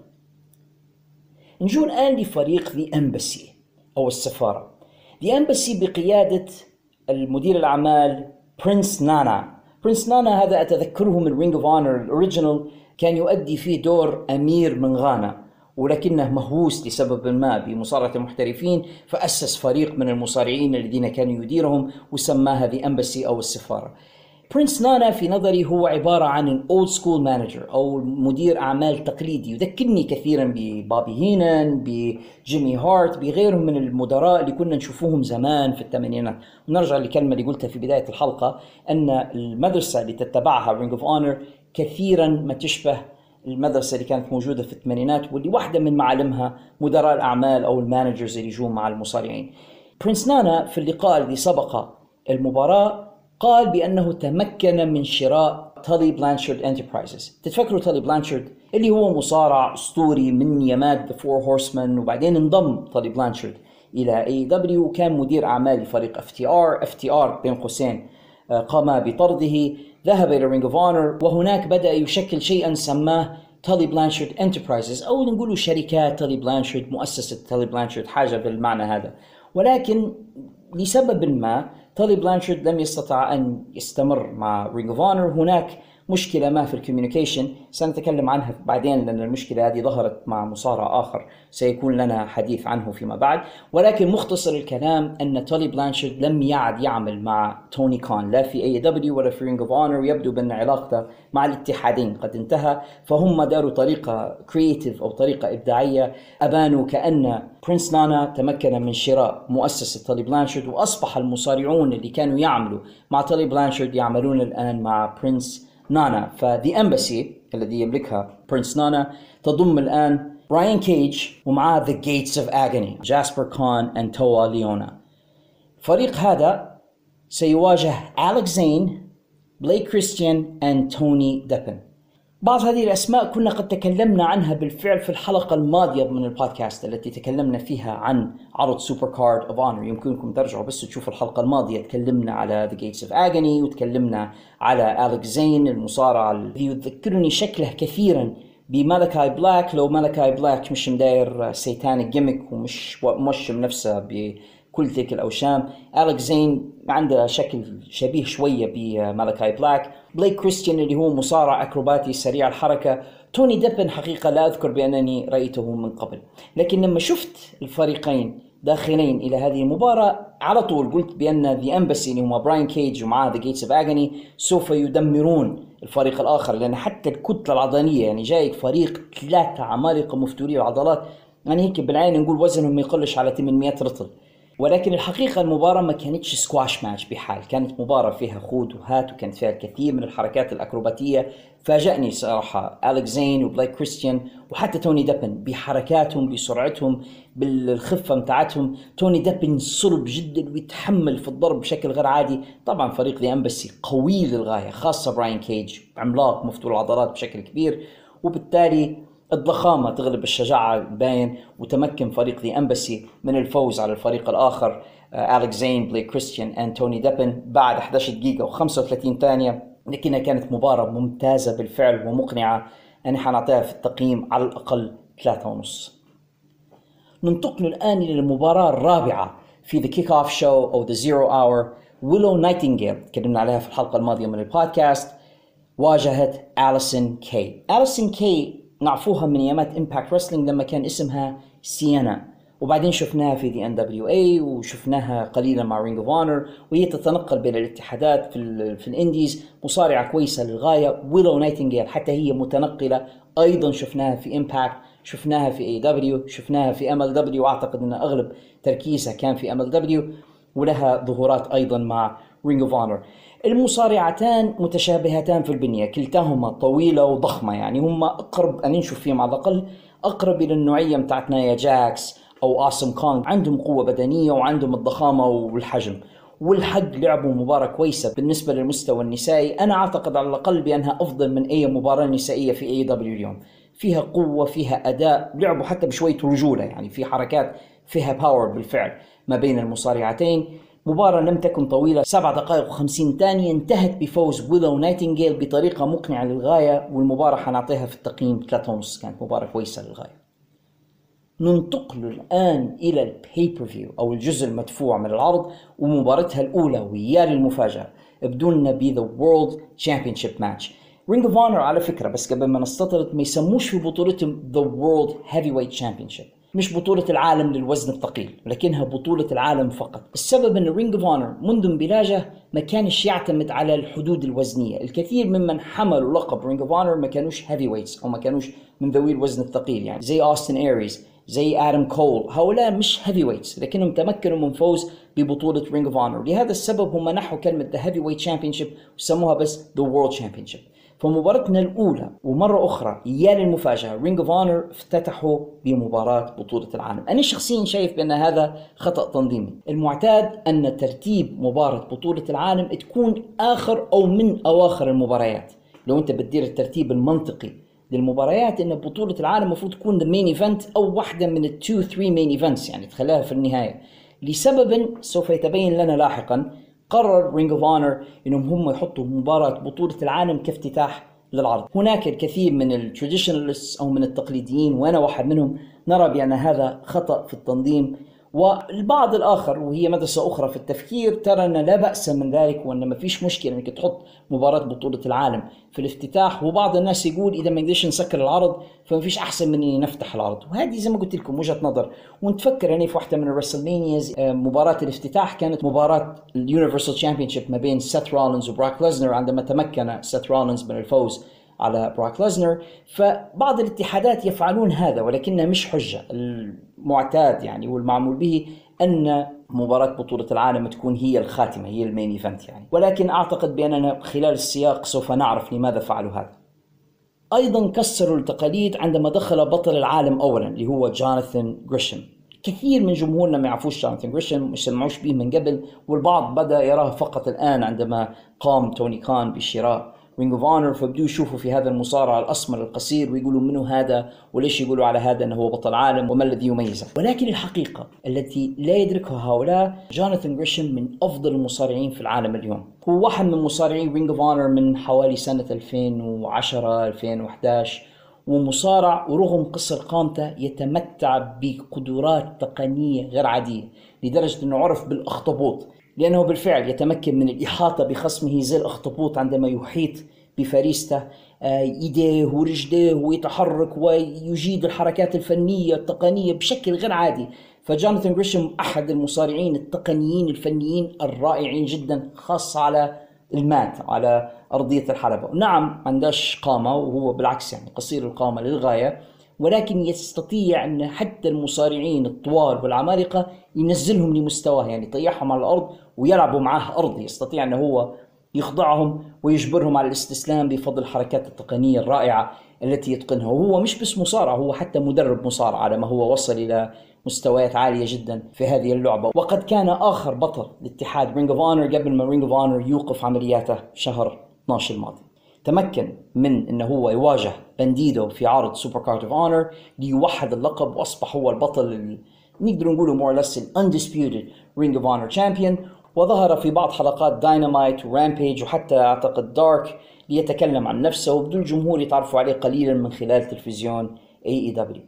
نجو الآن لفريق The Embassy أو السفارة. The Embassy بقيادة المدير الأعمال برنس نانا. برنس نانا هذا أتذكره من رينج اوف اونر الأوريجينال، كان يؤدي فيه دور أمير من غانا، ولكنه مهووس لسبب ما بمصارعة المحترفين، فأسس فريق من المصارعين الذين كانوا يديرهم وسماها The Embassy أو السفارة. برنس نانا في نظري هو عبارة عن الأولد سكول مانجر أو مدير أعمال تقليدي، يذكرني كثيرا ببابي هينان، بجيمي هارت، بغيرهم من المدراء اللي كنا نشوفوهم زمان في الثمانينات. ونرجع لكلمة اللي قلتها في بداية الحلقة، أن المدرسة اللي تتبعها رينج اوف اونر كثيرا ما تشبه المدرسة اللي كانت موجودة في الثمانينات، واللي واحدة من معالمها مدراء الأعمال أو المانجرز اللي يجون مع المصارعين. برنس نانا في اللقاء الذي سبق المباراة قال بأنه تمكن من شراء تالي بلانشارد انتربرايزز. تتفكروا تالي بلانشارد اللي هو مصارع أسطوري من يمات The Four Horsemen، وبعدين انضم تالي بلانشارد إلى إيه دبليو وكان مدير أعمال لفريق اف تي ار. اف تي ار بين قوسين قام بطرده، ذهب إلى رينج اوف اونر، وهناك بدأ يشكل شيئا سماه تالي بلانشارد انتربرايزز، أو نقولوا شركات تالي بلانشارد، مؤسسة تالي بلانشارد، حاجة بالمعنى هذا. ولكن لسبب ما تالي بلانشارد لم يستطع أن يستمر مع رينج اوف اونر. هناك مشكلة ما في الكوميونيكيشن سنتكلم عنها بعدين، لأن المشكلة هذه ظهرت مع مصارع آخر سيكون لنا حديث عنه فيما بعد. ولكن مختصر الكلام أن تالي بلانشارد لم يعد يعمل مع توني كان لا في اي دبليو ولا في رينج اوف اونر، ويبدو بأن علاقته مع الاتحادين قد انتهى. فهم داروا طريقة كرياتيف أو طريقة إبداعية، أبانوا كأن برنس نانا تمكن من شراء مؤسسة تالي بلانشارد، وأصبح المصارعون اللي كانوا يعملوا مع تالي بلانشارد يعملون الآن مع برنس نانا. فذي أمباسي الذي يملكها برنس نانا تضم الآن براين كيج ومعاه The Gates of Agony، جاسبر كون and توا ليونا. فريق هذا سيواجه أليكس زين، بليك كريستيان and توني ديبن. بعض هذه الأسماء كنا قد تكلمنا عنها بالفعل في الحلقة الماضية من البودكاست التي تكلمنا فيها عن عرض سوبر كارد اوف اونر. يمكنكم ترجعوا بس تشوفوا الحلقة الماضية، تكلمنا على The Gates of Agony وتكلمنا على أليكس زين المصارع الذي يذكرني شكله كثيرا بمالكاي بلاك، لو مالكاي بلاك مش مداير سيتانيك جيميك ومش موشم نفسه كل تلك الأوشام. أليكس زين عنده شكل شبيه شوية بمالاكاي بلاك. بليك كريستيان اللي هو مصارع أكروباتي سريع الحركة. توني ديبن حقيقة لا أذكر بأنني رأيته من قبل، لكن لما شفت الفريقين داخلين إلى هذه المباراة على طول قلت بأن The Embassy اللي هم براين كيج ومعاه The Gates of Agony سوف يدمرون الفريق الآخر، لأن حتى الكتلة العضلية يعني جايك فريق ثلاثة عمالقة مفتولية العضلات، يعني هيك بالعين نقول وزنهم ما يقلش على ثمانمئة رطل. ولكن الحقيقة المباراة ما كانتش سكواش ماتش بحال، كانت مباراة فيها خود وهات، وكانت فيها الكثير من الحركات الأكروباتية. فاجأني صراحة أليكس زين وبلايك كريستيان وحتى توني ديبن بحركاتهم بسرعتهم بالخفة متاعتهم. توني ديبن صلب جدا ويتحمل في الضرب بشكل غير عادي. طبعا فريق ذا أمبسي قوي للغاية، خاصة براين كيج عملاق مفتول العضلات بشكل كبير، وبالتالي الضخامة تغلب الشجاعة باين، وتمكن فريق ذا أمبسي من الفوز على الفريق الآخر أليكس زين بلايك كريستيان أند توني ديبن بعد إحدى عشرة دقيقة وخمسة وثلاثين ثانية. لكنها كانت مباراة ممتازة بالفعل ومقنعة، أنا حنعطيها في التقييم على الأقل ثلاثة ونص. ننتقل الآن إلى المباراة الرابعة في The Kick-Off Show أو The Zero Hour. ويلو نايتنجيل تكلمنا عليها في الحلقة الماضية من البودكاست، واجهت أليسن كي. أليسن كي نعرفوها من ايامات امباكت رسلينج لما كان اسمها سيانا، وبعدين شفناها في دي ان دبليو اي، وشفناها قليلا مع رينج اوف اونر، وهي تتنقل بين الاتحادات في, في الانديز. مصارعة كويسة للغاية. ويلو نايتنجيل حتى هي متنقلة، ايضا شفناها في امباكت، شفناها في اي دبليو، شفناها في ام ال دبليو، واعتقد ان اغلب تركيزها كان في ام ال دبليو، ولها ظهورات ايضا مع رينج اوف اونر. المصارعتان متشابهتان في البنية، كلتاهما طويلة وضخمة، يعني هم أقرب أن نشوف فيهم على الأقل أقرب إلى النوعية متاعت نايا جاكس أو آسم كونغ. عندهم قوة بدنية وعندهم الضخامة والحجم، والحق لعبوا مباراة كويسة بالنسبة للمستوى النسائي. أنا أعتقد على الأقل بأنها أفضل من أي مباراة نسائية في أي دبليو اليوم. فيها قوة، فيها أداء، لعبوا حتى بشوية رجولة، يعني في حركات فيها باور بالفعل ما بين المصارعتين. مباراة لم تكن طويلة، سبع دقائق وخمسين ثانية، انتهت بفوز ويلو نايتنجيل بطريقة مقنعة للغاية، والمباراة حنعطيها في التقييم ثلاثة ونص، كانت مباراة كويسة للغاية. ننتقل الآن إلى البيبرفيو أو الجزء المدفوع من العرض، ومباراتها الأولى ويا للمفاجأة بدوننا ب The World Championship Match. Ring of Honor على فكرة، بس قبل ما نستطرد، ما يسموش في بطولتهم The World Heavyweight Championship، مش بطولة العالم للوزن الثقيل، لكنها بطولة العالم فقط. السبب أن رينج اوف اونر منذ انبلاجه ما كانش يعتمد على الحدود الوزنية. الكثير ممن حملوا لقب رينج اوف اونر ما كانوش هيفي ويتس أو ما كانوش من ذوي الوزن الثقيل، يعني زي أوستن إيريز، زي آدم كول. هؤلاء مش هيفي ويتس، لكنهم تمكنوا من فوز ببطولة رينج اوف اونر. لهذا السبب هم نحوا كلمة The Heavyweight Championship وسموها بس The World Championship. فمباراتنا الأولى ومرة أخرى يا للمفاجأة، رينج اوف اونر افتتحوا بمباراة بطولة العالم. أنا شخصيا شايف بأن هذا خطأ تنظيمي. المعتاد أن ترتيب مباراة بطولة العالم تكون آخر أو من أواخر المباريات. لو أنت بتدير الترتيب المنطقي للمباريات، أن بطولة العالم مفروض تكون the main event أو واحدة من ال two three main events، يعني تخليها في النهاية. لسبب سوف يتبين لنا لاحقا، قرر رينج اوف اونر انهم هم يحطوا مباراة بطولة العالم كافتتاح للعرض. هناك الكثير من التراديشناليست او من التقليديين، وانا واحد منهم، نرى بان هذا خطأ في التنظيم، والبعض الآخر وهي مدرسة أخرى في التفكير ترى أن لا بأس من ذلك، وأن ما فيش مشكلة أنك تحط مباراة بطولة العالم في الافتتاح. وبعض الناس يقول إذا ما قدرش نسكر العرض فما فيش أحسن من أن نفتح العرض، وهذه زي ما قلت لكم وجهة نظر. ونتفكر يعني في واحدة من الرسلمانياز مباراة الافتتاح كانت مباراة اليونيفرسال تشامبيونشيب ما بين سيث رولينز وبراك ليزنر، عندما تمكن سيث رولينز من الفوز على براك ليزنر. فبعض الاتحادات يفعلون هذا، ولكنها مش حجة. المعتاد يعني والمعمول به أن مباراة بطولة العالم تكون هي الخاتمة، هي المين ايفنت يعني. ولكن أعتقد بأننا خلال السياق سوف نعرف لماذا فعلوا هذا. أيضا كسروا التقاليد عندما دخل بطل العالم أولا اللي هو جوناثان غريشم. كثير من جمهورنا ما يعرفوش جوناثان غريشم، مش سمعوش به من قبل، والبعض بدأ يراه فقط الآن عندما قام توني كان بشراء رينج اوف اونر، فبدوا يشوفوا في هذا المصارع الأسمر القصير ويقولوا منه هذا، وليش يقولوا على هذا أنه هو بطل عالم، وما الذي يميزه. ولكن الحقيقة التي لا يدركها هؤلاء، جوناثان غريشم من أفضل المصارعين في العالم اليوم. هو واحد من مصارعين رينج اوف اونر من حوالي سنة ألفين وعشرة ألفين وإحدى عشر، ومصارع، ورغم قصر قامته يتمتع بقدرات تقنية غير عادية لدرجة أنه عرف بالأخطبوط، لأنه بالفعل يتمكن من الإحاطة بخصمه زي الأخطبوط عندما يحيط بفريسته، يديه ورجليه، ويتحرك ويجيد الحركات الفنية التقنية بشكل غير عادي. فجوناثان غريشم أحد المصارعين التقنيين الفنيين الرائعين جدا، خاصة على المات على أرضية الحلبة. نعم عندهش قامة، وهو بالعكس يعني قصير القامة للغاية، ولكن يستطيع أن حتى المصارعين الطوال والعمالقة ينزلهم لمستواه، يعني يطيحهم على الأرض ويلعبوا معاه أرض. يستطيع أنه هو يخضعهم ويجبرهم على الاستسلام بفضل الحركات التقنية الرائعة التي يتقنها. وهو مش بس مصارع، هو حتى مدرب مصارع على ما هو وصل إلى مستويات عالية جدا في هذه اللعبة. وقد كان آخر بطل لاتحاد رينج اوف اونر قبل ما رينج اوف اونر يوقف عملياته شهر اثناشر الماضي. تمكن من انه هو يواجه بانديدو في عرض سوبر كارد اوف اونر ليوحد اللقب، واصبح هو البطل نقدر نقوله مور لس الاندسبيوتد رينج اوف اونر تشامبيون. وظهر في بعض حلقات داينامايت ورامبيج وحتى اعتقد دارك ليتكلم عن نفسه، وبدون الجمهور يتعرفوا عليه قليلا من خلال تلفزيون إيه إي دبليو.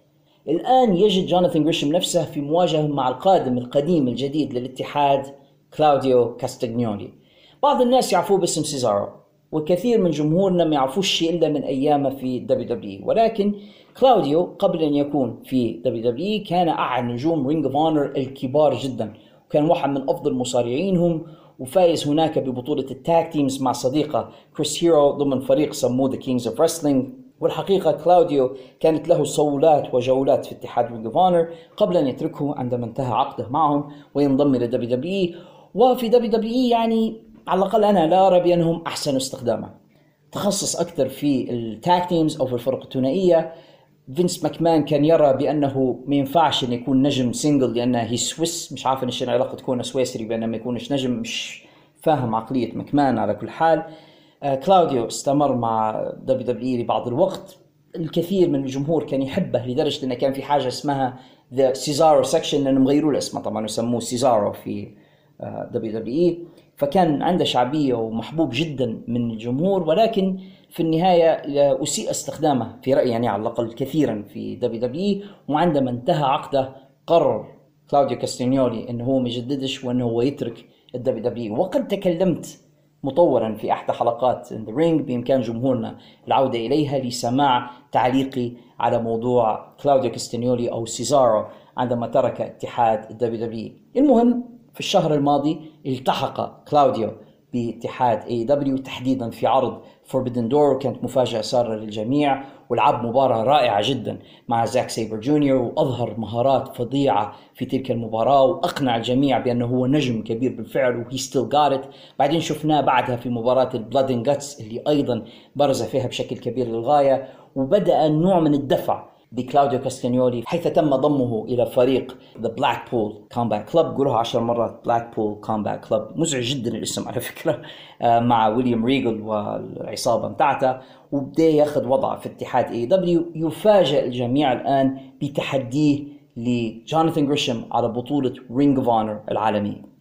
الآن يجد جوناثان غريشم نفسه في مواجهة مع القادم القديم الجديد للاتحاد كلاوديو كاستاغنولي. بعض الناس يعرفوه باسم سيزارو، والكثير من جمهورنا ما يعرفوش شيء إلا من أيامه في دبليو دبليو إي. ولكن كلاوديو قبل أن يكون في دبليو دبليو إي كان أحد نجوم رينج اوف اونر الكبار جدا، وكان واحد من أفضل مصارعينهم، وفايز هناك ببطولة التاك تيمز مع صديقه كريس هيرو ضمن فريق سموه The Kings of Wrestling. والحقيقة كلاوديو كانت له صولات وجولات في اتحاد رينج اوف اونر قبل أن يتركه عندما انتهى عقده معهم وينضم إلى دبليو دبليو إي. وفي دبليو دبليو إي يعني على الأقل أنا لا أرى بأنهم أحسن استخدامه. تخصص أكثر في التاك تيمز أو في الفرق الثنائية. فينس ماكمان كان يرى بأنه ما ينفعش أن يكون نجم سينجل لأنه هي سويس، مش عارف إيش العلاقة تكون سويسري بأنه ما يكونش نجم، مش فاهم عقلية ماكمان. على كل حال آه كلاوديو استمر مع دبليو دبليو إي لبعض الوقت. الكثير من الجمهور كان يحبه لدرجة أنه كان في حاجة اسمها The Cesaro Section، لأنهم غيروا الاسم طبعا وسموه سيزارو في آه دبليو دبليو إي. فكان عنده شعبية ومحبوب جدا من الجمهور، ولكن في النهاية أسيء استخدامه في رأيي يعني على الأقل كثيرا في دبليو دبليو إي. وعندما انتهى عقده قرر كلاوديو كاستانيولي أنه هو ما يجددش وأنه هو يترك الدبليو دبليو إي. وقد تكلمت مطورا في أحد حلقات In the Ring، بإمكان جمهورنا العودة إليها لسماع تعليقي على موضوع كلاوديو كاستانيولي أو سيزارو عندما ترك اتحاد الدبليو دبليو إي. المهم في الشهر الماضي التحق كلاوديو باتحاد إيه إي دبليو تحديدا في عرض Forbidden Door، وكانت مفاجأة سارة للجميع، ولعب مباراة رائعة جدا مع زاك سيبر جونيور، وأظهر مهارات فظيعة في تلك المباراة، وأقنع الجميع بأنه هو نجم كبير بالفعل، وهي still got it. بعدين شفناه بعدها في مباراة Blood and Guts اللي أيضا برز فيها بشكل كبير للغاية، وبدأ النوع من الدفع بكلاوديو كاستانيولي حيث تم ضمه إلى فريق The Blackpool Combat Club. قولها عشر مرات Blackpool Combat Club، مزعج جدا الاسم على فكرة، مع ويليام ريغل والعصابة متاعته، وبدأ ياخذ وضعه في اتحاد إيه إي دبليو. يفاجأ الجميع الآن بتحديه لجوناثان غريشم على بطولة Ring of Honor العالمية.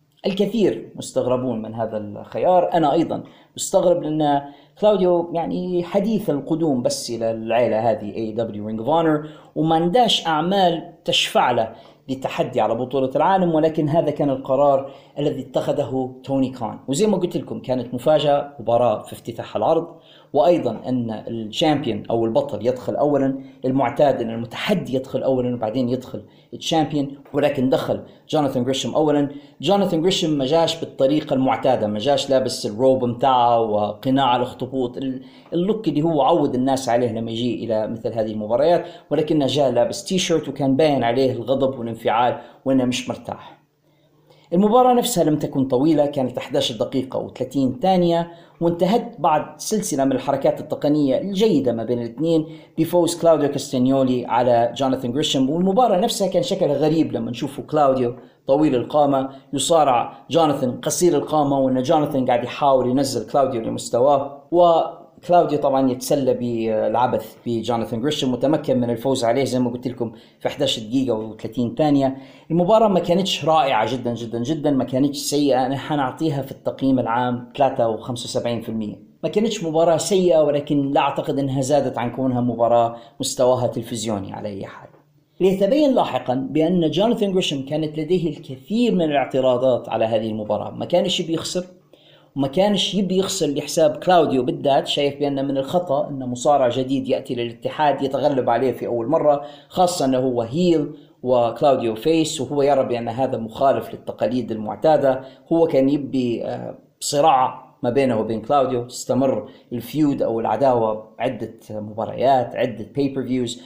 الكثير مستغربون من هذا الخيار، أنا أيضا مستغرب لأن كلاوديو يعني حديث القدوم بس إلى العائلة هذه إيه إي دبليو Ring of Honor، وما عنداش أعمال تشفع له للتحدي على بطولة العالم. ولكن هذا كان القرار الذي اتخذه توني كان، وزي ما قلت لكم كانت مفاجأة مباراة في افتتاح العرض، وأيضا أن الشامبيون أو البطل يدخل أولا. المعتاد أن المتحدي يدخل أولا وبعدين يدخل الشامبيون، ولكن دخل جوناثان غريشم أولا. جوناثان غريشم ما جاش بالطريقة المعتادة، ما جاش لابس الروب متاعه وقناع الاخطبوط اللوك اللي هو عود الناس عليه لما يجي إلى مثل هذه المباريات، ولكنه جاء لابس تي شيرت وكان باين عليه الغضب والانفعال وأنه مش مرتاح. المباراة نفسها لم تكن طويلة، كانت إحدى عشرة دقيقة وثلاثين ثانية، وانتهت بعد سلسلة من الحركات التقنية الجيدة ما بين الاثنين بفوز كلاوديو كاستانيولي على جوناثان غريشم. والمباراة نفسها كان شكلها غريب لما نشوفوا كلاوديو طويل القامة يصارع جوناثان قصير القامة، وأن جوناثان قاعد يحاول ينزل كلاوديو لمستواه، و كلاوديو طبعا يتسلى بالعبث بجوناثان غريشم، متمكن من الفوز عليه زي ما قلت لكم في إحدى عشرة دقيقة وثلاثين ثانية. المباراة ما كانتش رائعة جدا جدا جدا، ما كانتش سيئة. أنا حنعطيها في التقييم العام ثلاثة وخمسة وسبعين بالمئة، ما كانتش مباراة سيئة، ولكن لا أعتقد أنها زادت عن كونها مباراة مستواها تلفزيوني على أي حال. ليتبين لاحقا بأن جوناثان غريشم كانت لديه الكثير من الاعتراضات على هذه المباراة. ما كانش بيخسر وما كانش يبي يخسر لحساب كلاوديو بالذات، شايف بأن من الخطأ أن مصارع جديد يأتي للاتحاد يتغلب عليه في أول مرة، خاصة أنه هو هيل وكلاوديو فيس، وهو يرى بأن هذا مخالف للتقاليد المعتادة. هو كان يبي صراع ما بينه وبين كلاوديو، تستمر الفيود أو العداوة عدة مباريات، عدة بيبر فيوز،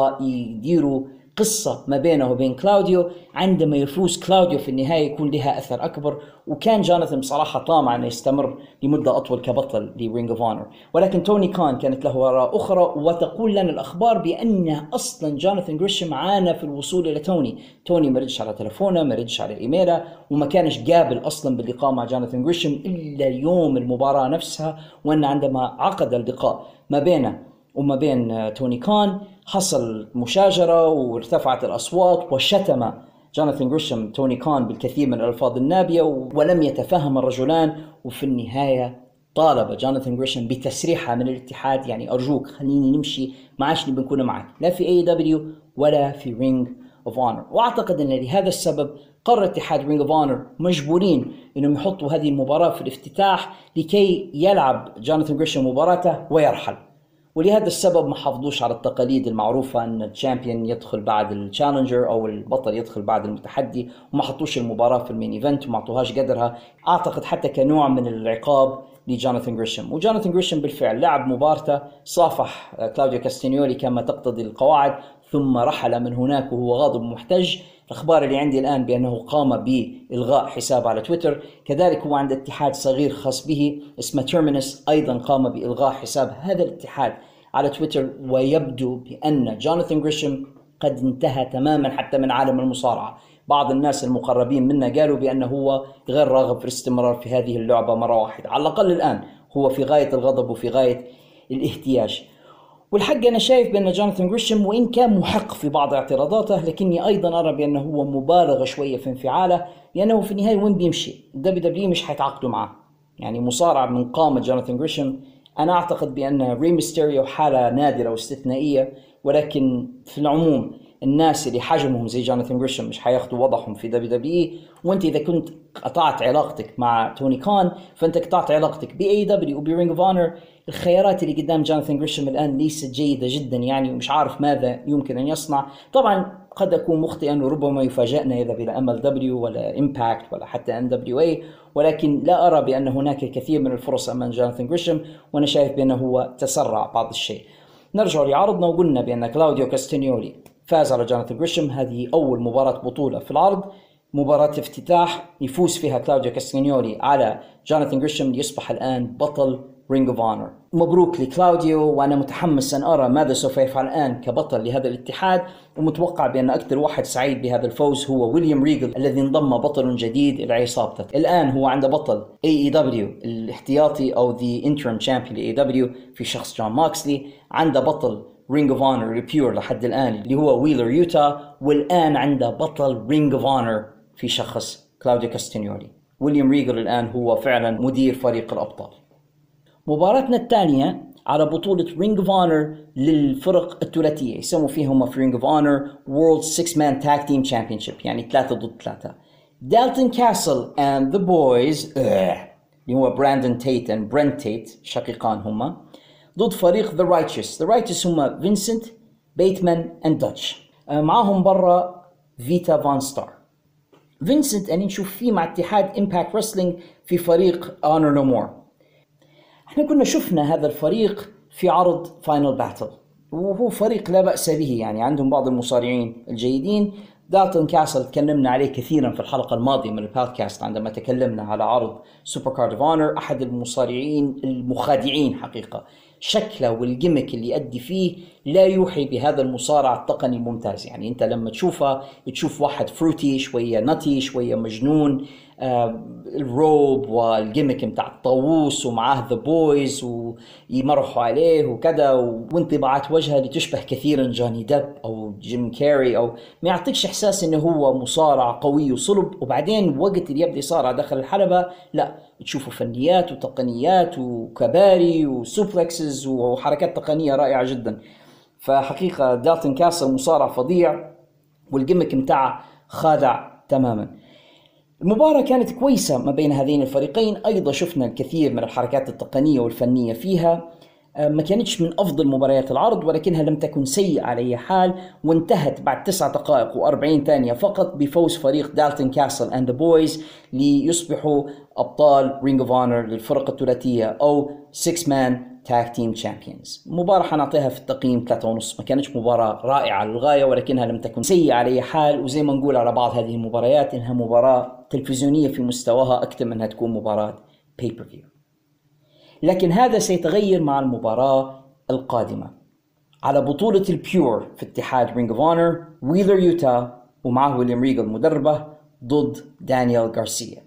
ويديروا قصة ما بينه وبين كلاوديو. عندما يفوز كلاوديو في النهاية يكون لها أثر أكبر، وكان جوناثان بصراحة طامع أن يستمر لمدة أطول كبطل لرينج اوف اونر. ولكن توني كان كانت له آراء أخرى، وتقول لنا الأخبار بأن أصلا جوناثان غريشم عانى في الوصول إلى توني. توني ما ردش على تلفونه، ما ردش على إيميله، وما كانش قابل أصلا باللقاء مع جوناثان غريشم إلا يوم المباراة نفسها. وأن عندما عقد اللقاء ما بينه وما بين توني كان حصل مشاجرة وارتفعت الأصوات، وشتم جوناثان غريشم توني كان بالكثير من الألفاظ النابية، ولم يتفاهم الرجلان. وفي النهاية طالب جوناثان غريشم بتسريحة من الاتحاد، يعني أرجوك خليني نمشي، ما عادش نبي نكون معك لا في إيه دبليو ولا في رينج اوف اونر. واعتقد ان لهذا السبب قرر اتحاد رينج اوف اونر مجبورين انهم يحطوا هذه المباراة في الافتتاح لكي يلعب جوناثان غريشم مباراته ويرحل. ولهذا السبب ما حافظوش على التقاليد المعروفة أن الشامبيون يدخل بعد التشالنجر أو البطل يدخل بعد المتحدي، وما حطوش المباراة في المين ايفنت وما عطوهاش قدرها، أعتقد حتى كنوع من العقاب لجوناثان غريشم. وجوناثان غريشم بالفعل لعب مباراته، صافح كلاوديو كاستانيولي كما تقتضي القواعد، ثم رحل من هناك وهو غاضب ومحتج. الأخبار اللي عندي الآن بأنه قام بإلغاء حساب على تويتر. كذلك هو عند اتحاد صغير خاص به اسمه تيرمينس، أيضا قام بإلغاء حساب هذا الاتحاد على تويتر. ويبدو بأن جوناثان غريشم قد انتهى تماما حتى من عالم المصارعة. بعض الناس المقربين منا قالوا بأنه هو غير راغب في الاستمرار في هذه اللعبة مرة واحدة، على الأقل الآن هو في غاية الغضب وفي غاية الاحتياج. والحق أنا شايف بأن جوناثان غريشم وإن كان محق في بعض اعتراضاته، لكني أيضا أرى بأنه هو مبالغ شوية في انفعاله، لأنه في النهاية وين بيمشي الدبليو دبليو مش حيتعاقدوا معه. يعني مصارع من قامة جوناثان غريشم، أنا أعتقد بأن ري ميستيريو حالة نادرة واستثنائية، ولكن في العموم الناس اللي حجمهم زي جوناثان غريشم مش حياخدوا وضعهم في دبليو دبليو. وانت إذا كنت قطعت علاقتك مع توني كان، فانت قطعت علاقتك بي اي دبليو وبي رينج اوف اونر. الخيارات اللي قدام جوناثان غريشم الآن ليست جيدة جدا، يعني ومش عارف ماذا يمكن أن يصنع. طبعا قد أكون مخطئا وربما يفاجئنا يذهب إلى ام ال دبليو ولا امباكت ولا حتى ان دبليو اي، ولكن لا أرى بأن هناك الكثير من الفرص أمام جوناثان غريشم، وأنا شايف بأنه هو تسرع بعض الشيء. نرجع لعرضنا وقلنا بأن كلاوديو كاستانيولي فاز على جوناثان غريشم. هذه أول مباراة بطولة في العرض، مباراة افتتاح يفوز فيها كلاوديو كاستانيولي على جوناثان غريشم ليصبح الآن بطل رينج اوف اونر. مبروك لكلاوديو، وانا متحمس ان ارى ماذا سوف يفعل الان كبطل لهذا الاتحاد، ومتوقع بان اكثر واحد سعيد بهذا الفوز هو ويليام ريغل الذي انضم بطل جديد الى عصابته. الان هو عنده بطل اي اي دبليو الاحتياطي او ذا انترم تشامبيون لاي دبليو في شخص جون ماكسلي، عنده بطل رينج اوف اونر ريبيور لحد الان اللي هو ويلر يوتا، والان عنده بطل رينج اوف اونر في شخص كلاوديو كاستانيولي. ويليام ريغل الان هو فعلا مدير فريق الابطال. مباراتنا الثانية على بطولة رينج اوف اونر للفرق الثلاثية، يسموا فيهم في رينج اوف اونر وورلد سكس مان تاج تيم تشامبيونشيب، يعني ثلاثة ضد ثلاثة. دالتون كاسل اند ذا بويز اللي هو براندون تيت اند برنت تيت، شقيقان هما، ضد فريق ذا رايتشس. ذا رايتشس هما فينسنت بيتمان اند داتش، معاهم برا فيتا فان ستار. فينسنت أن نشوف فيه مع اتحاد امباكت رسلينج في فريق اونر نو مور. احنا كنا شفنا هذا الفريق في عرض فاينل باتل، وهو فريق لا بأس به، يعني عندهم بعض المصارعين الجيدين. دالتون كاسل تكلمنا عليه كثيرا في الحلقة الماضية من البودكاست عندما تكلمنا على عرض سوبر كارد اوف اونر، أحد المصارعين المخادعين حقيقة. شكله والجيمك اللي يؤدي فيه لا يوحي بهذا المصارع التقني الممتاز. يعني انت لما تشوفه تشوف واحد فروتي شوية نتي شوية مجنون، آه الروب والجيمك متاع الطاووس ومعاه ذا بويز ويمرحوا عليه وكذا، وانطباعات وجهه اللي تشبه كثيرا جوني ديب او جيم كاري أو ما يعطيكش إحساس إنه هو مصارع قوي وصلب، وبعدين وقت اللي يبدأ يصارع داخل الحلبة لا تشوفوا فنيات وتقنيات وكباري وسوبلكسز وحركات تقنية رائعة جدا. فحقيقة دالتون كاسل مصارع فظيع والجيمك متاعه خادع تماما. المباراة كانت كويسة ما بين هذين الفريقين، أيضا شفنا الكثير من الحركات التقنية والفنية فيها، ما كانتش من أفضل مباريات العرض ولكنها لم تكن سيئة على أي حال، وانتهت بعد تسع دقائق وأربعين ثانية فقط بفوز فريق دالتون كاسل أند بويز ليصبحوا أبطال رينج اوف اونر للفرق الثلاثية أو سيكس مان تاك تيم تشامبيونز. مباراة حنعطيها في التقييم ثلاثة ونص، ما كانتش مباراة رائعة للغاية ولكنها لم تكن سيئة على أي حال، وزي ما نقول على بعض هذه المباريات إنها مباراة تلفزيونية في مستواها أكثر من أنها تكون مباراة pay per view. لكن هذا سيتغير مع المباراة القادمة على بطولة البيور في اتحاد رينج اوف اونر، ويلر يوتا ومعه ويليام ريغل مدربه ضد دانيال غارسيا.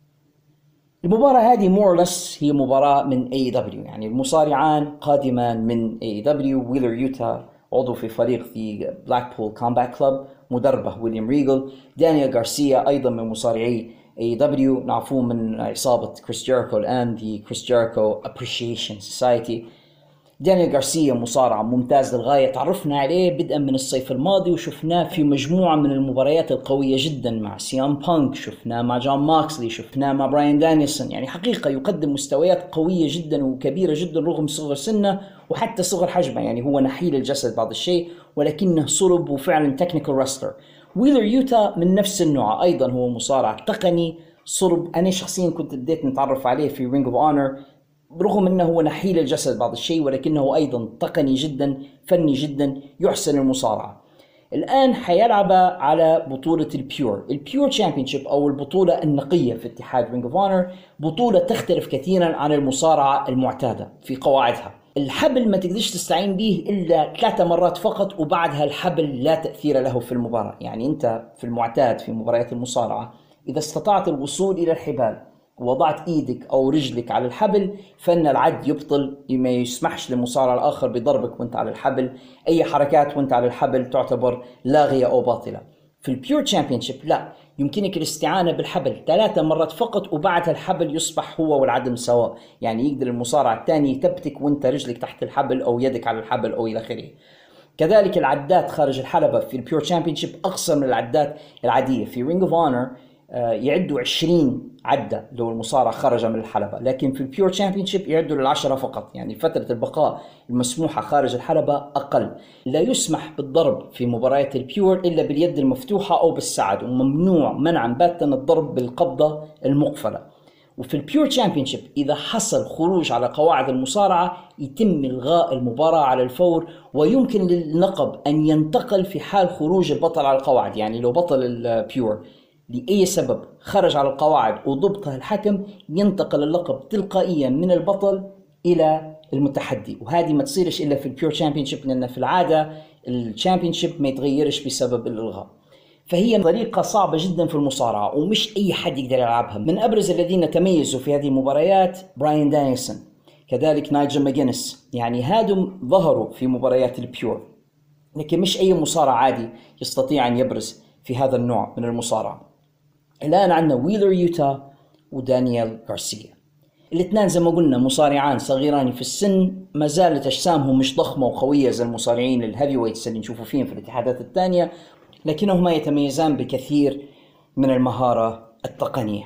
المباراة هذه more or less هي مباراة من إيه إي دبليو، يعني المصارعان قادمان من إيه إي دبليو، ويلر يوتا عضو في فريق في بلاكبول كومبات كلوب مدربه ويليام ريغل، دانيال غارسيا أيضا من مصارعي إيه إي دبليو نعرفوه من عصابة كريس جيريكو الآن في كريس جيريكو أبريشيشن سوسايتي. دانيال غارسيا مصارع ممتاز للغاية، تعرفنا عليه بدءا من الصيف الماضي وشفناه في مجموعة من المباريات القوية جدا مع سيام بانك، شفناه مع جون ماكسلي، شفناه مع براين دانيلسون. يعني حقيقة يقدم مستويات قوية جدا وكبيرة جدا رغم صغر سنه وحتى صغر حجمه، يعني هو نحيل الجسد بعض الشيء ولكنه صلب وفعلا تكنيكال رستلر. ويلر يوتا من نفس النوع، أيضا هو مصارع تقني صلب. أنا شخصيا كنت بديت نتعرف عليه في رينج اوف اونر برغم أنه هو نحيل الجسد بعض الشيء ولكنه أيضا تقني جدا فني جدا يحسن المصارعة. الآن حيلعب على بطولة البيور البيور تشامبيونشيب أو البطولة النقية في اتحاد رينج اوف اونر، بطولة تختلف كثيرا عن المصارعة المعتادة في قواعدها. الحبل ما تقدرش تستعين به إلا ثلاثة مرات فقط وبعدها الحبل لا تأثير له في المباراة. يعني أنت في المعتاد في مباريات المصارعة إذا استطعت الوصول إلى الحبال ووضعت إيدك أو رجلك على الحبل فإن العد يبطل، ما يسمحش للمصارع الآخر بضربك وانت على الحبل، أي حركات وانت على الحبل تعتبر لاغية أو باطلة. في البيور تشامبيونشيب لا، يمكنك الاستعانة بالحبل ثلاثة مرات فقط وبعدها الحبل يصبح هو والعدم سواء، يعني يقدر المصارع الثاني يثبتك وانت رجلك تحت الحبل أو يدك على الحبل أو إلى آخره. كذلك العدات خارج الحلبة في البيور تشامبيونشيب أقصر من العدات العادية. في رينج اوف اونر يعدوا عشرين عدة لو المصارع خرج من الحلبة، لكن في البيور تشامبيونشيب يعدوا للعشرة فقط، يعني فترة البقاء المسموحة خارج الحلبة أقل. لا يسمح بالضرب في مباريات البيور إلا باليد المفتوحة أو بالسعد، وممنوع منعا باتا الضرب بالقبضة المقفلة. وفي البيور تشامبيونشيب إذا حصل خروج على قواعد المصارعة يتم إلغاء المباراة على الفور، ويمكن لللقب أن ينتقل في حال خروج البطل على القواعد. يعني لو بطل البيور لأي سبب خرج على القواعد وضبطها الحكم ينتقل اللقب تلقائيا من البطل إلى المتحدي، وهذه ما تصيرش إلا في البيور تشامبيونشيب لأن في العادة التشامبيونشيب ما يتغيرش بسبب الإلغاء. فهي طريقة صعبة جدا في المصارعة ومش أي حد يقدر يلعبها. من أبرز الذين تميزوا في هذه المباريات براين دانيلسون، كذلك نايجل ماجينيس، يعني هادم ظهروا في مباريات البيور لكن مش أي مصارع عادي يستطيع أن يبرز في هذا النوع من المصارعة. الآن عندنا ويلر يوتا ودانيال غارسيا، الاثنين زي ما قلنا مصارعان صغيران في السن، ما زالت أجسامهم مش ضخمة وقوية زي المصارعين الهيفي ويتس اللي نشوفوا فيهم في الاتحادات الثانية، لكنهما يتميزان بكثير من المهارة التقنية.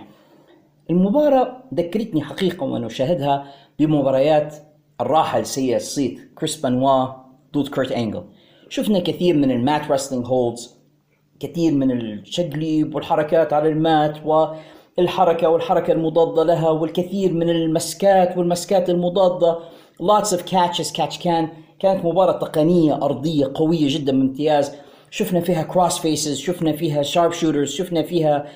المباراة ذكرتني حقيقة وأنا أشاهدها بمباريات الراحل سيء الصيت كريس بانوا ضد كورت أنجل. شفنا كثير من المات رستلينج هولدز، كثير من الشقليب والحركات على المات والحركة والحركة المضادة لها، والكثير من المسكات والمسكات المضادة، lots of catches catch can. كانت مباراة تقنية أرضية قوية جدا بامتياز. شفنا فيها كروس فيسز، شفنا فيها شارب شوترز، شفنا فيها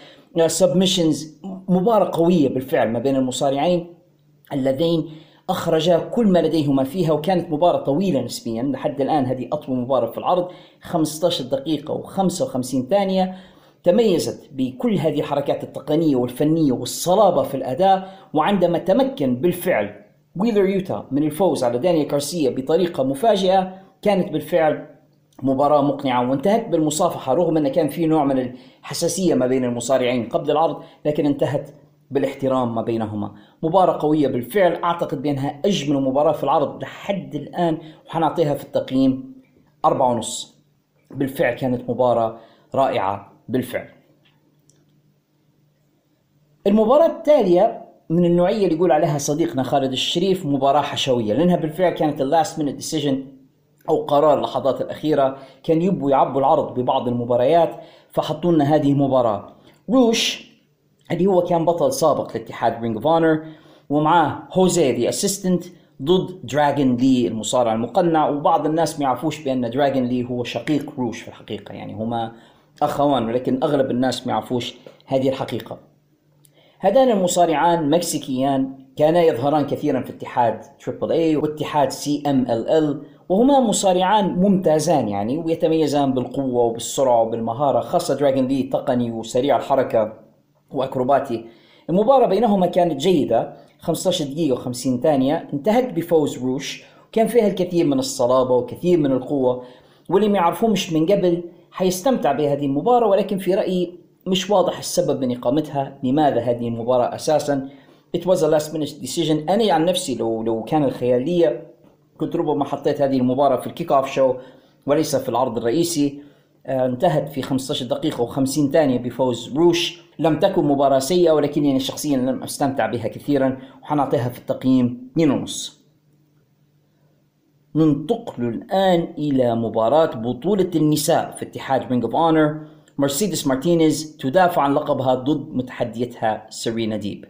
سبمشنز. مباراة قوية بالفعل ما بين المصارعين اللذين أخرجا كل ما لديهما فيها، وكانت مباراة طويلة نسبيا لحد الآن، هذه أطول مباراة في العرض خمسة عشر دقيقة وخمسة وخمسين ثانية. تميزت بكل هذه الحركات التقنية والفنية والصلابة في الأداء، وعندما تمكن بالفعل ويلر يوتا من الفوز على دانيال غارسيا بطريقة مفاجئة كانت بالفعل مباراة مقنعة وانتهت بالمصافحة، رغم أن كان في نوع من الحساسية ما بين المصارعين قبل العرض، لكن انتهت بالاحترام ما بينهما. مباراة قوية بالفعل، أعتقد بأنها أجمل مباراة في العرض لحد الآن، وحنعطيها في التقييم أربعة ونص. بالفعل كانت مباراة رائعة بالفعل. المباراة التالية من النوعية اللي يقول عليها صديقنا خالد الشريف مباراة حشوية، لأنها بالفعل كانت اللاست مينت ديسيجن أو قرار اللحظات الأخيرة. كان يبوا يعبوا العرض ببعض المباريات فحطوا لنا هذه المباراة. روش اللي هو كان بطل سابق لاتحاد رينج اوف اونر، ومعاه هوزي ذا اسيستنت ضد دراجون لي المصارع المقنع. وبعض الناس ما يعرفوش بأن دراجون لي هو شقيق روش في الحقيقة، يعني هما أخوان، ولكن أغلب الناس ما يعرفوش هذه الحقيقة. هذان المصارعان مكسيكيان كانا يظهران كثيرا في اتحاد تريبل اي واتحاد سي ام ال ال، وهما مصارعان ممتازان يعني، ويتميزان بالقوة وبالسرعة وبالمهارة، خاصة دراجون لي تقني وسريع الحركة وأكروباتي. المباراة بينهما كانت جيدة، خمسة عشر دقيقة وخمسين ثانية، انتهت بفوز روش، وكان فيها الكثير من الصلابة وكثير من القوة، واللي ما يعرفوش من قبل حيستمتع بهذه المباراة، ولكن في رأيي مش واضح السبب من إقامتها. لماذا هذه المباراة أساسا؟ It was a last minute decision. أنا عن نفسي لو لو كان الخيالية كنت ربما حطيت هذه المباراة في الكيك اوف شو وليس في العرض الرئيسي. آه انتهت في خمسة عشر دقيقة وخمسين ثانية بفوز روش. لم تكن مباراة سيئة، ولكن يعني شخصيا لم أستمتع بها كثيرا، وحنعطيها في التقييم اثنين ونص. ننتقل الآن إلى مباراة بطولة النساء في اتحاد رينج اوف اونر. مرسيدس مارتينيز تدافع عن لقبها ضد متحديتها سيرينا ديب.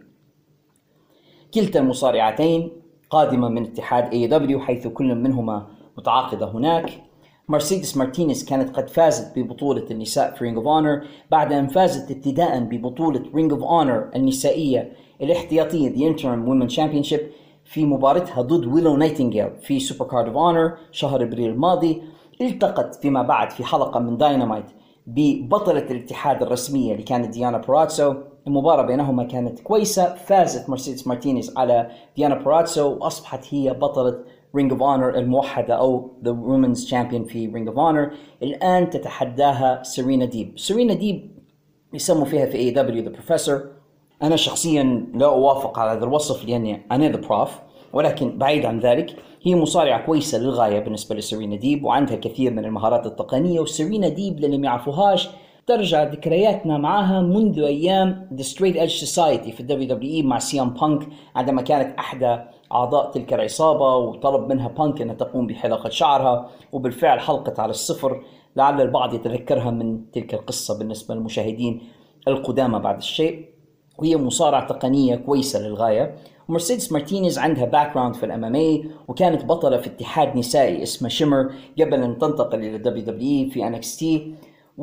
كلتا المصارعتين قادمة من اتحاد اي دبليو، حيث كل منهما متعاقدة هناك. مرسيدس مارتينيز كانت قد فازت ببطولة النساء في رينج اوف اونر بعد أن فازت ابتداء ببطولة رينج اوف اونر النسائية الاحتياطية The Interim Women's Championship في مباراتها ضد ويلو نايتنجيل في سوبر كارد اوف اونر شهر ابريل الماضي. التقت فيما بعد في حلقة من داينامايت ببطلة الاتحاد الرسمية اللي كانت ديانا بوراتسو. المباراة بينهما كانت كويسة، فازت مرسيدس مارتينيز على ديانا بوراتسو وأصبحت هي بطلة رينج اوف اونر الموحدة أو The Women's Champion في رينج اوف اونر. الآن تتحداها سيرينا ديب. سيرينا ديب يسموا فيها في اي دبليو The Professor. أنا شخصيا لا أوافق على هذا الوصف لأني أنا The Prof، ولكن بعيد عن ذلك هي مصارعة كويسة للغاية بالنسبة لسيرينا ديب، وعندها كثير من المهارات التقنية. وسيرينا ديب للي ما يعرفوهاش ترجع ذكرياتنا معها منذ أيام The Straight Edge Society في الدبليو دبليو إي مع سيام بانك، عندما كانت أحدى أعضاء تلك العصابة وطلب منها بانك أن تقوم بحلقة شعرها، وبالفعل حلقت على الصفر. لعل البعض يتذكرها من تلك القصة بالنسبة للمشاهدين القدامى بعد الشيء. وهي مصارعة تقنية كويسة للغاية. مرسيدس مارتينيز عندها باك جراوند في الام ام اي، وكانت بطلة في اتحاد نسائي اسمه شيمر قبل أن تنتقل إلى دبليو دبليو إي في إن إكس تي،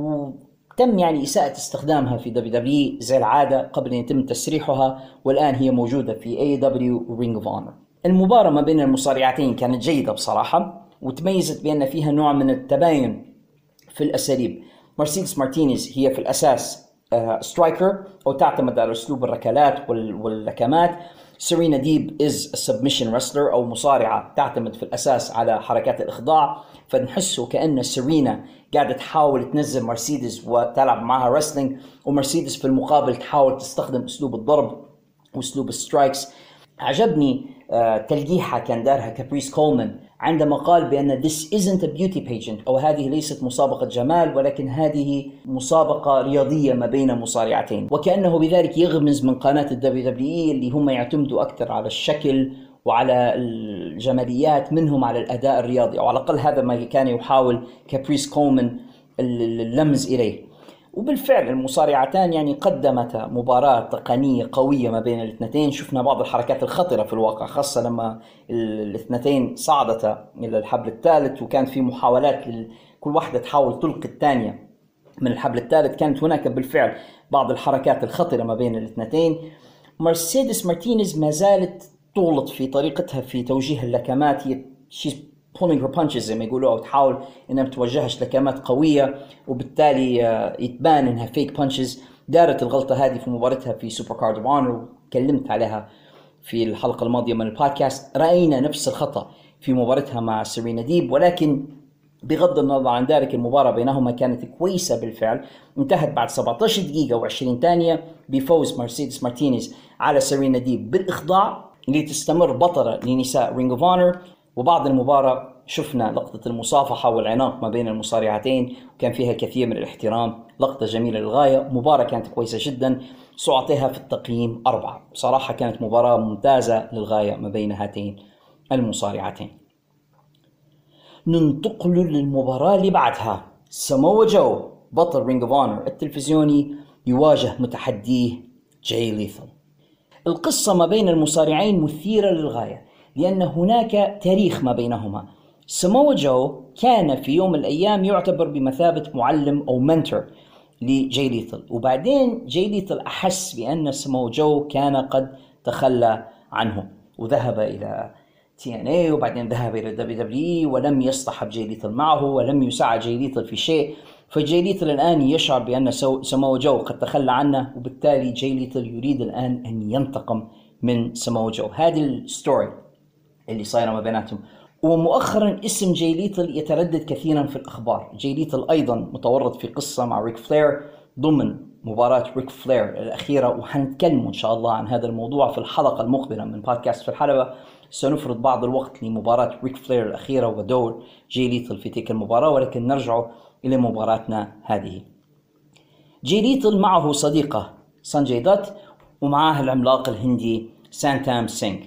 وتم يعني إساءة استخدامها في دبليو دبليو إي زي العادة قبل أن يتم تسريحها، والآن هي موجودة في اي دبليو ورينج اوف اونر. المباراة ما بين المصارعتين كانت جيدة بصراحة، وتميزت بأن فيها نوع من التباين في الأساليب. مرسيدس مارتينيز هي في الأساس سترايكر أو تعتمد على أسلوب الركلات واللكمات. سيرينا ديب is a submission wrestler أو مصارعة تعتمد في الأساس على حركات الإخضاع، فنحسه كأن سيرينا قاعدة تحاول تنزل مرسيدس وتلعب معها رسلينج، ومرسيدس في المقابل تحاول تستخدم أسلوب الضرب وأسلوب السترايكس. عجبني آه تلقيحها كان دارها كابريس كولمان عندما قال بأن this isn't a beauty pageant أو هذه ليست مسابقة جمال، ولكن هذه مسابقة رياضية ما بين مصارعتين، وكأنه بذلك يغمز من قناة الدبليو دبليو إي اللي هم يعتمدوا أكثر على الشكل وعلى الجماليات منهم على الأداء الرياضي، أو على الأقل هذا ما كان يحاول كابريس كولمان اللمز إليه. وبالفعل المصارعتان يعني قدمتا مباراة تقنية قوية ما بين الاثنتين. شفنا بعض الحركات الخطرة في الواقع، خاصة لما الاثنتين صعدتا إلى الحبل الثالث، وكان في محاولات كل واحدة تحاول تلقي الثانية من الحبل الثالث. كانت هناك بالفعل بعض الحركات الخطرة ما بين الاثنتين. مرسيدس مارتينيز ما زالت تغلط في طريقتها في توجيه اللكمات، هي pulling her punches زي ما يقولوا، أو تحاول إنها متوجهش لكمات قوية، وبالتالي يتبان إنها fake punches. دارت الغلطة هذه في مباراتها في سوبر كارد اوف اونر، وكلمت عليها في الحلقة الماضية من البودكاست. رأينا نفس الخطأ في مباراتها مع سيرينا ديب، ولكن بغض النظر عن ذلك المباراة بينهما كانت كويسة بالفعل، انتهت بعد سبعة عشر دقيقة وعشرين ثانية بفوز مرسيدس مارتينيز على سيرينا ديب بالإخضاع لتستمر بطلة لنساء رينج اوف اونر. وبعد المباراة شفنا لقطة المصافحة والعناق ما بين المصارعتين وكان فيها الكثير من الاحترام، لقطة جميلة للغاية، مباراة كانت كويسة جدا، سأعطيها في التقييم أربعة. بصراحة كانت مباراة ممتازة للغاية ما بين هاتين المصارعتين. ننتقل للمباراة اللي بعدها، ساموا جو بطل رينج اوف اونر التلفزيوني يواجه متحديه جاي ليثل. القصة ما بين المصارعين مثيرة للغاية لأن هناك تاريخ ما بينهما. ساموا جو كان في يوم من الأيام يعتبر بمثابة معلم أو منتور لجاي ليثل، وبعدين جاي ليثل أحس بأن ساموا جو كان قد تخلى عنه وذهب إلى تي إن إيه وبعدين ذهب إلى دبليو دبليو إي ولم يصطحب جاي ليثل معه ولم يساعد جاي ليثل في شيء. فجاي ليثل الآن يشعر بأن ساموا جو قد تخلى عنه، وبالتالي جاي ليثل يريد الآن أن ينتقم من ساموا جو. هذه الستوري اللي صايرة ما بيناتهم. ومؤخرا اسم جاي ليثل يتردد كثيرا في الأخبار. جاي ليثل أيضا متورط في قصة مع ريك فلير ضمن مباراة ريك فلير الأخيرة، وحنتكلم إن شاء الله عن هذا الموضوع في الحلقة المقبلة من بودكاست في الحلبة. سنفرض بعض الوقت لمباراة ريك فلير الأخيرة ودور جاي ليثل في تلك المباراة، ولكن نرجع إلى مباراتنا هذه. جاي ليثل معه صديقة سانجي دات ومعه العملاق الهندي سانتام سينغ.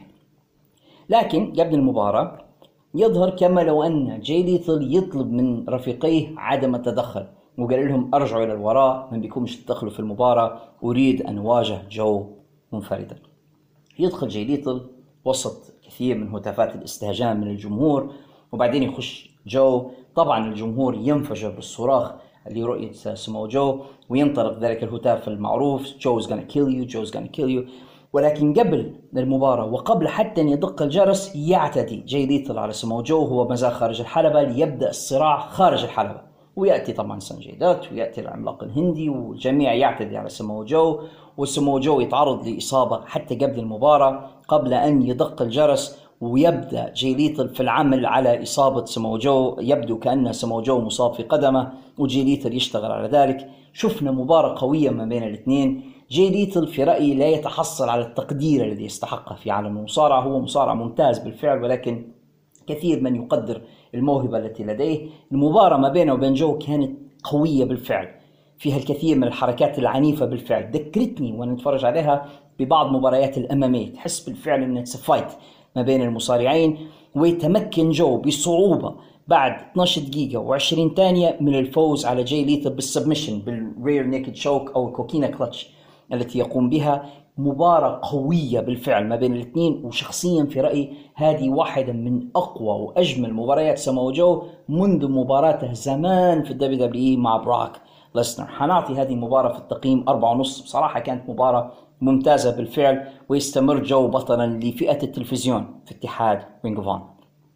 لكن قبل المباراة يظهر كما لو أن جاي ليثل يطلب من رفيقيه عدم التدخل، وقال لهم أرجعوا إلى الوراء، من بيكون مش تدخلوا في المباراة، أريد أن أواجه جو منفردا. يدخل جاي ليثل وسط كثير من هتافات الاستهجان من الجمهور، وبعدين يخش جو. طبعا الجمهور ينفجر بالصراخ لرؤية ساموا جو، وينطلق ذلك الهتاف المعروف Joe's gonna kill you Joe's gonna kill you. ولكن قبل المباراة وقبل حتى أن يدق الجرس يعتدي جاي ليثل على ساموا جو هو مازال خارج الحلبة ليبدأ الصراع خارج الحلبة. ويأتي طبعا سانجي دات ويأتي العملاق الهندي والجميع يعتدي على ساموا جو، وساموا جو يتعرض لإصابة حتى قبل المباراة قبل أن يدق الجرس. ويبدأ جاي ليثل في العمل على إصابة ساموا جو، يبدو كأن ساموا جو مصاب في قدمه وجاي ليثل يشتغل على ذلك. شفنا مباراة قوية ما بين الاثنين. جاي ليثل في رأيي لا يتحصل على التقدير الذي يستحقه في عالم المصارعة، هو مصارع ممتاز بالفعل، ولكن كثير من يقدر الموهبة التي لديه. المباراة ما بينه وبين جو كانت قوية بالفعل، فيها الكثير من الحركات العنيفة بالفعل، ذكرتني وانا نتفرج عليها ببعض مباريات الأمامية، تحس بالفعل ان اتس فايت ما بين المصارعين. ويتمكن جو بصعوبة بعد اثنتي عشرة دقيقة وعشرين ثانية من الفوز على جاي ليثل بالسبمشن بالرير نيكد شوك أو الكوكينا كلتش التي يقوم بها. مباراة قوية بالفعل ما بين الاثنين، وشخصيا في رأيي هذه واحدة من أقوى وأجمل مباريات ساموا جو منذ مباراته زمان في الدبليو دبليو إي مع براك ليسنر. حنعطي هذه المباراة في التقييم أربعة ونص. بصراحة كانت مباراة ممتازة بالفعل، ويستمر جو بطلا لفئة التلفزيون في اتحاد رينج اوف اونر.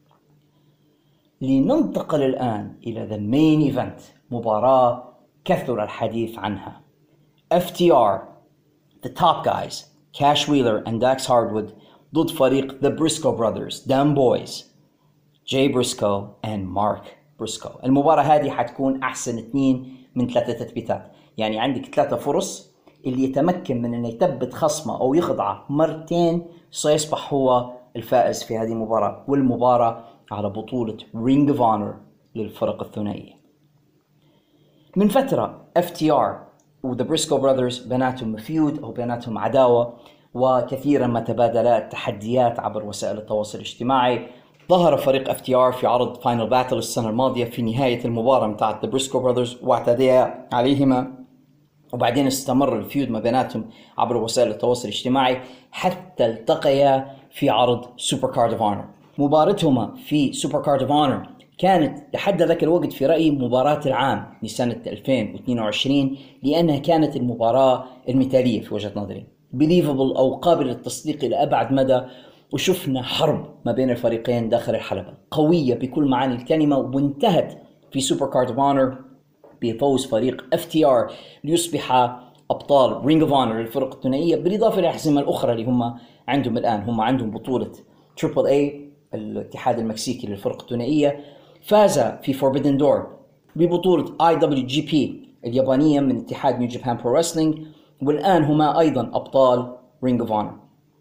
لننتقل الآن إلى the main event، مباراة كثر الحديث عنها. إف تي آر The Top Guys Cash Wheeler and Dax Hardwood ضد فريق The Briscoe Brothers Damn Boys Jay Briscoe and Mark Briscoe. المباراة هذه حتكون أحسن اثنين من ثلاثة تثبيتات، يعني عندك ثلاثة فرص. اللي يتمكن من أن يثبت خصمه أو يخضعه مرتين سيصبح هو الفائز في هذه المباراة، والمباراة على بطولة Ring of Honor للفرق الثنائية. من فترة إف تي آر و The Briscoe Brothers بيناتهم فيود أو بيناتهم عداوة، وكثيرا ما تبادلا التحديات عبر وسائل التواصل الاجتماعي. ظهر فريق إف تي آر في عرض Final Battle السنة الماضية في نهاية المباراة متاعت The Briscoe Brothers واعتدى عليهما، وبعدين استمر الفيود ما بيناتهم عبر وسائل التواصل الاجتماعي حتى التقيا في عرض سوبر كارد اوف اونر. مباراتهما في سوبر كارد اوف اونر كانت لحد ذاك الوقت في رأيي مباراة العام لسنة ألفين واثنين وعشرين، لأنها كانت المباراة المثالية في وجهة نظري، believable أو قابل للتصديق إلى أبعد مدى. وشفنا حرب ما بين الفريقين داخل الحلبة قوية بكل معاني الكلمة، وانتهت في سوبر كارد اوف اونر بفوز فريق إف تي آر ليصبح أبطال رينج اوف اونر للفرق الثنائية، بالإضافة للأحزمة الأخرى اللي هم عندهم الآن. هم عندهم بطولة تريبل اي الاتحاد المكسيكي للفرق الثنائية، فاز في Forbidden Door ببطولة آي دبليو جي بي اليابانية من اتحاد نيو جابان برو رسلينج، والآن هما أيضا أبطال Ring of Honor.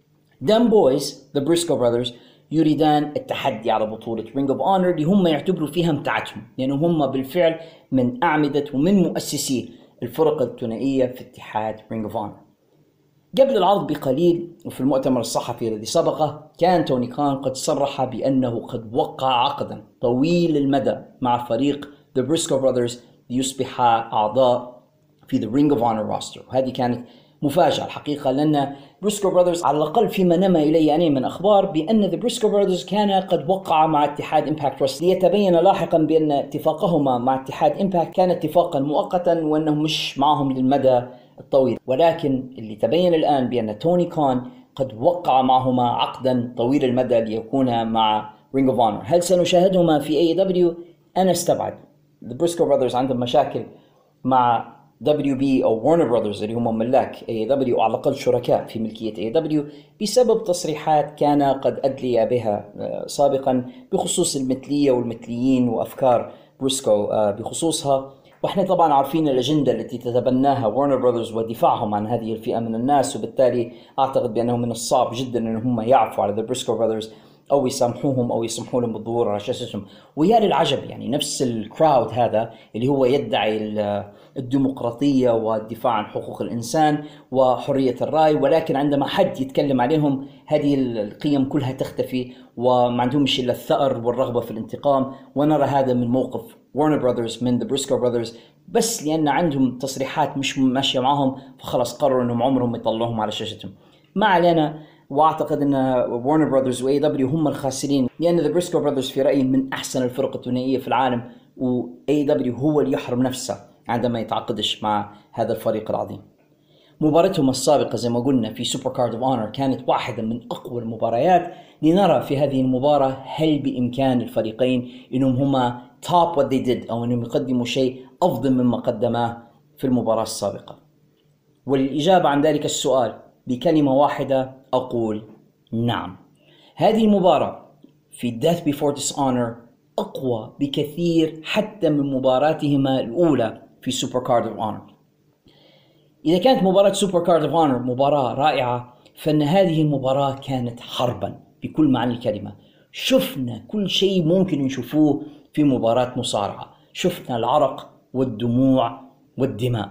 دام بويز The Briscoe Brothers يريدان التحدي على بطولة Ring of Honor اللي هم يعتبروا فيها متعتهم، لأنهم يعني هم بالفعل من أعمدة ومن مؤسسي الفرق الثنائية في اتحاد Ring of Honor. قبل العرض بقليل وفي المؤتمر الصحفي الذي سبقه كان توني خان قد صرح بأنه قد وقع عقدا طويل المدى مع فريق The Briscoe Brothers ليصبح أعضاء في The Ring of Honor roster، وهذه كانت مفاجأة الحقيقة، لأن Briscoe Brothers على الأقل فيما نما إلي أنا من أخبار بأن The Briscoe Brothers كان قد وقع مع اتحاد Impact Wrestling، ليتبين لاحقا بأن اتفاقهما مع اتحاد Impact كان اتفاقا مؤقتا وأنهم مش معهم للمدى الطويل، ولكن اللي تبين الآن بأن توني خان قد وقع معهما عقدا طويل المدى ليكون مع Ring of Honor. هل سنشاهدهما في إيه دبليو؟ أنا استبعد. The Briscoe Brothers عندهم مشاكل مع دبليو بي أو Warner Brothers اللي هم ملاك إيه دبليو، على الأقل شركاء في ملكية إيه دبليو، بسبب تصريحات كان قد أدلي بها سابقا بخصوص المثلية والمثليين وأفكار بريسكو بخصوصها. وإحنا طبعا عارفين الأجندة التي تتبناها Warner Brothers ودفاعهم عن هذه الفئة من الناس، وبالتالي أعتقد بأنه من الصعب جدا أن هم يعفوا على The Briscoe Brothers أو يسامحوهم أو يسمحوا لهم بالظهور على شاشتهم. ويا للعجب يعني نفس الكراود هذا اللي هو يدعي الديمقراطية والدفاع عن حقوق الإنسان وحرية الرأي، ولكن عندما حد يتكلم عليهم هذه القيم كلها تختفي وما عندهمش إلا الثأر والرغبة في الانتقام. ونرى هذا من موقف Warner Brothers من The Briscoe Brothers، بس لأن عندهم تصريحات مش ماشية معهم فخلص قرروا أنهم عمرهم يطلعوهم على شاشتهم. ما علينا. واعتقد ان Warner Brothers و إيه دبليو هم الخاسرين، لان The Briscoe Brothers في رأيي من احسن الفرق الثنائية في العالم، و إيه دبليو هو اللي يحرم نفسه عندما يتعاقدش مع هذا الفريق العظيم. مباراتهم السابقة زي ما قلنا في سوبر كارد اوف اونر كانت واحدة من اقوى المباريات. لنرى في هذه المباراة هل بامكان الفريقين انهم هما top what they did او انهم يقدموا شيء افضل مما قدماه في المباراة السابقة. وللإجابة عن ذلك السؤال بكلمة واحدة أقول نعم. هذه المباراة في Death Before Dishonor أقوى بكثير حتى من مباراتهما الأولى في Super Card of Honor. إذا كانت مباراة Super Card of Honor مباراة رائعة، فإن هذه المباراة كانت حربا بكل معنى الكلمة. شفنا كل شيء ممكن نشوفوه في مباراة مصارعة، شفنا العرق والدموع والدماء.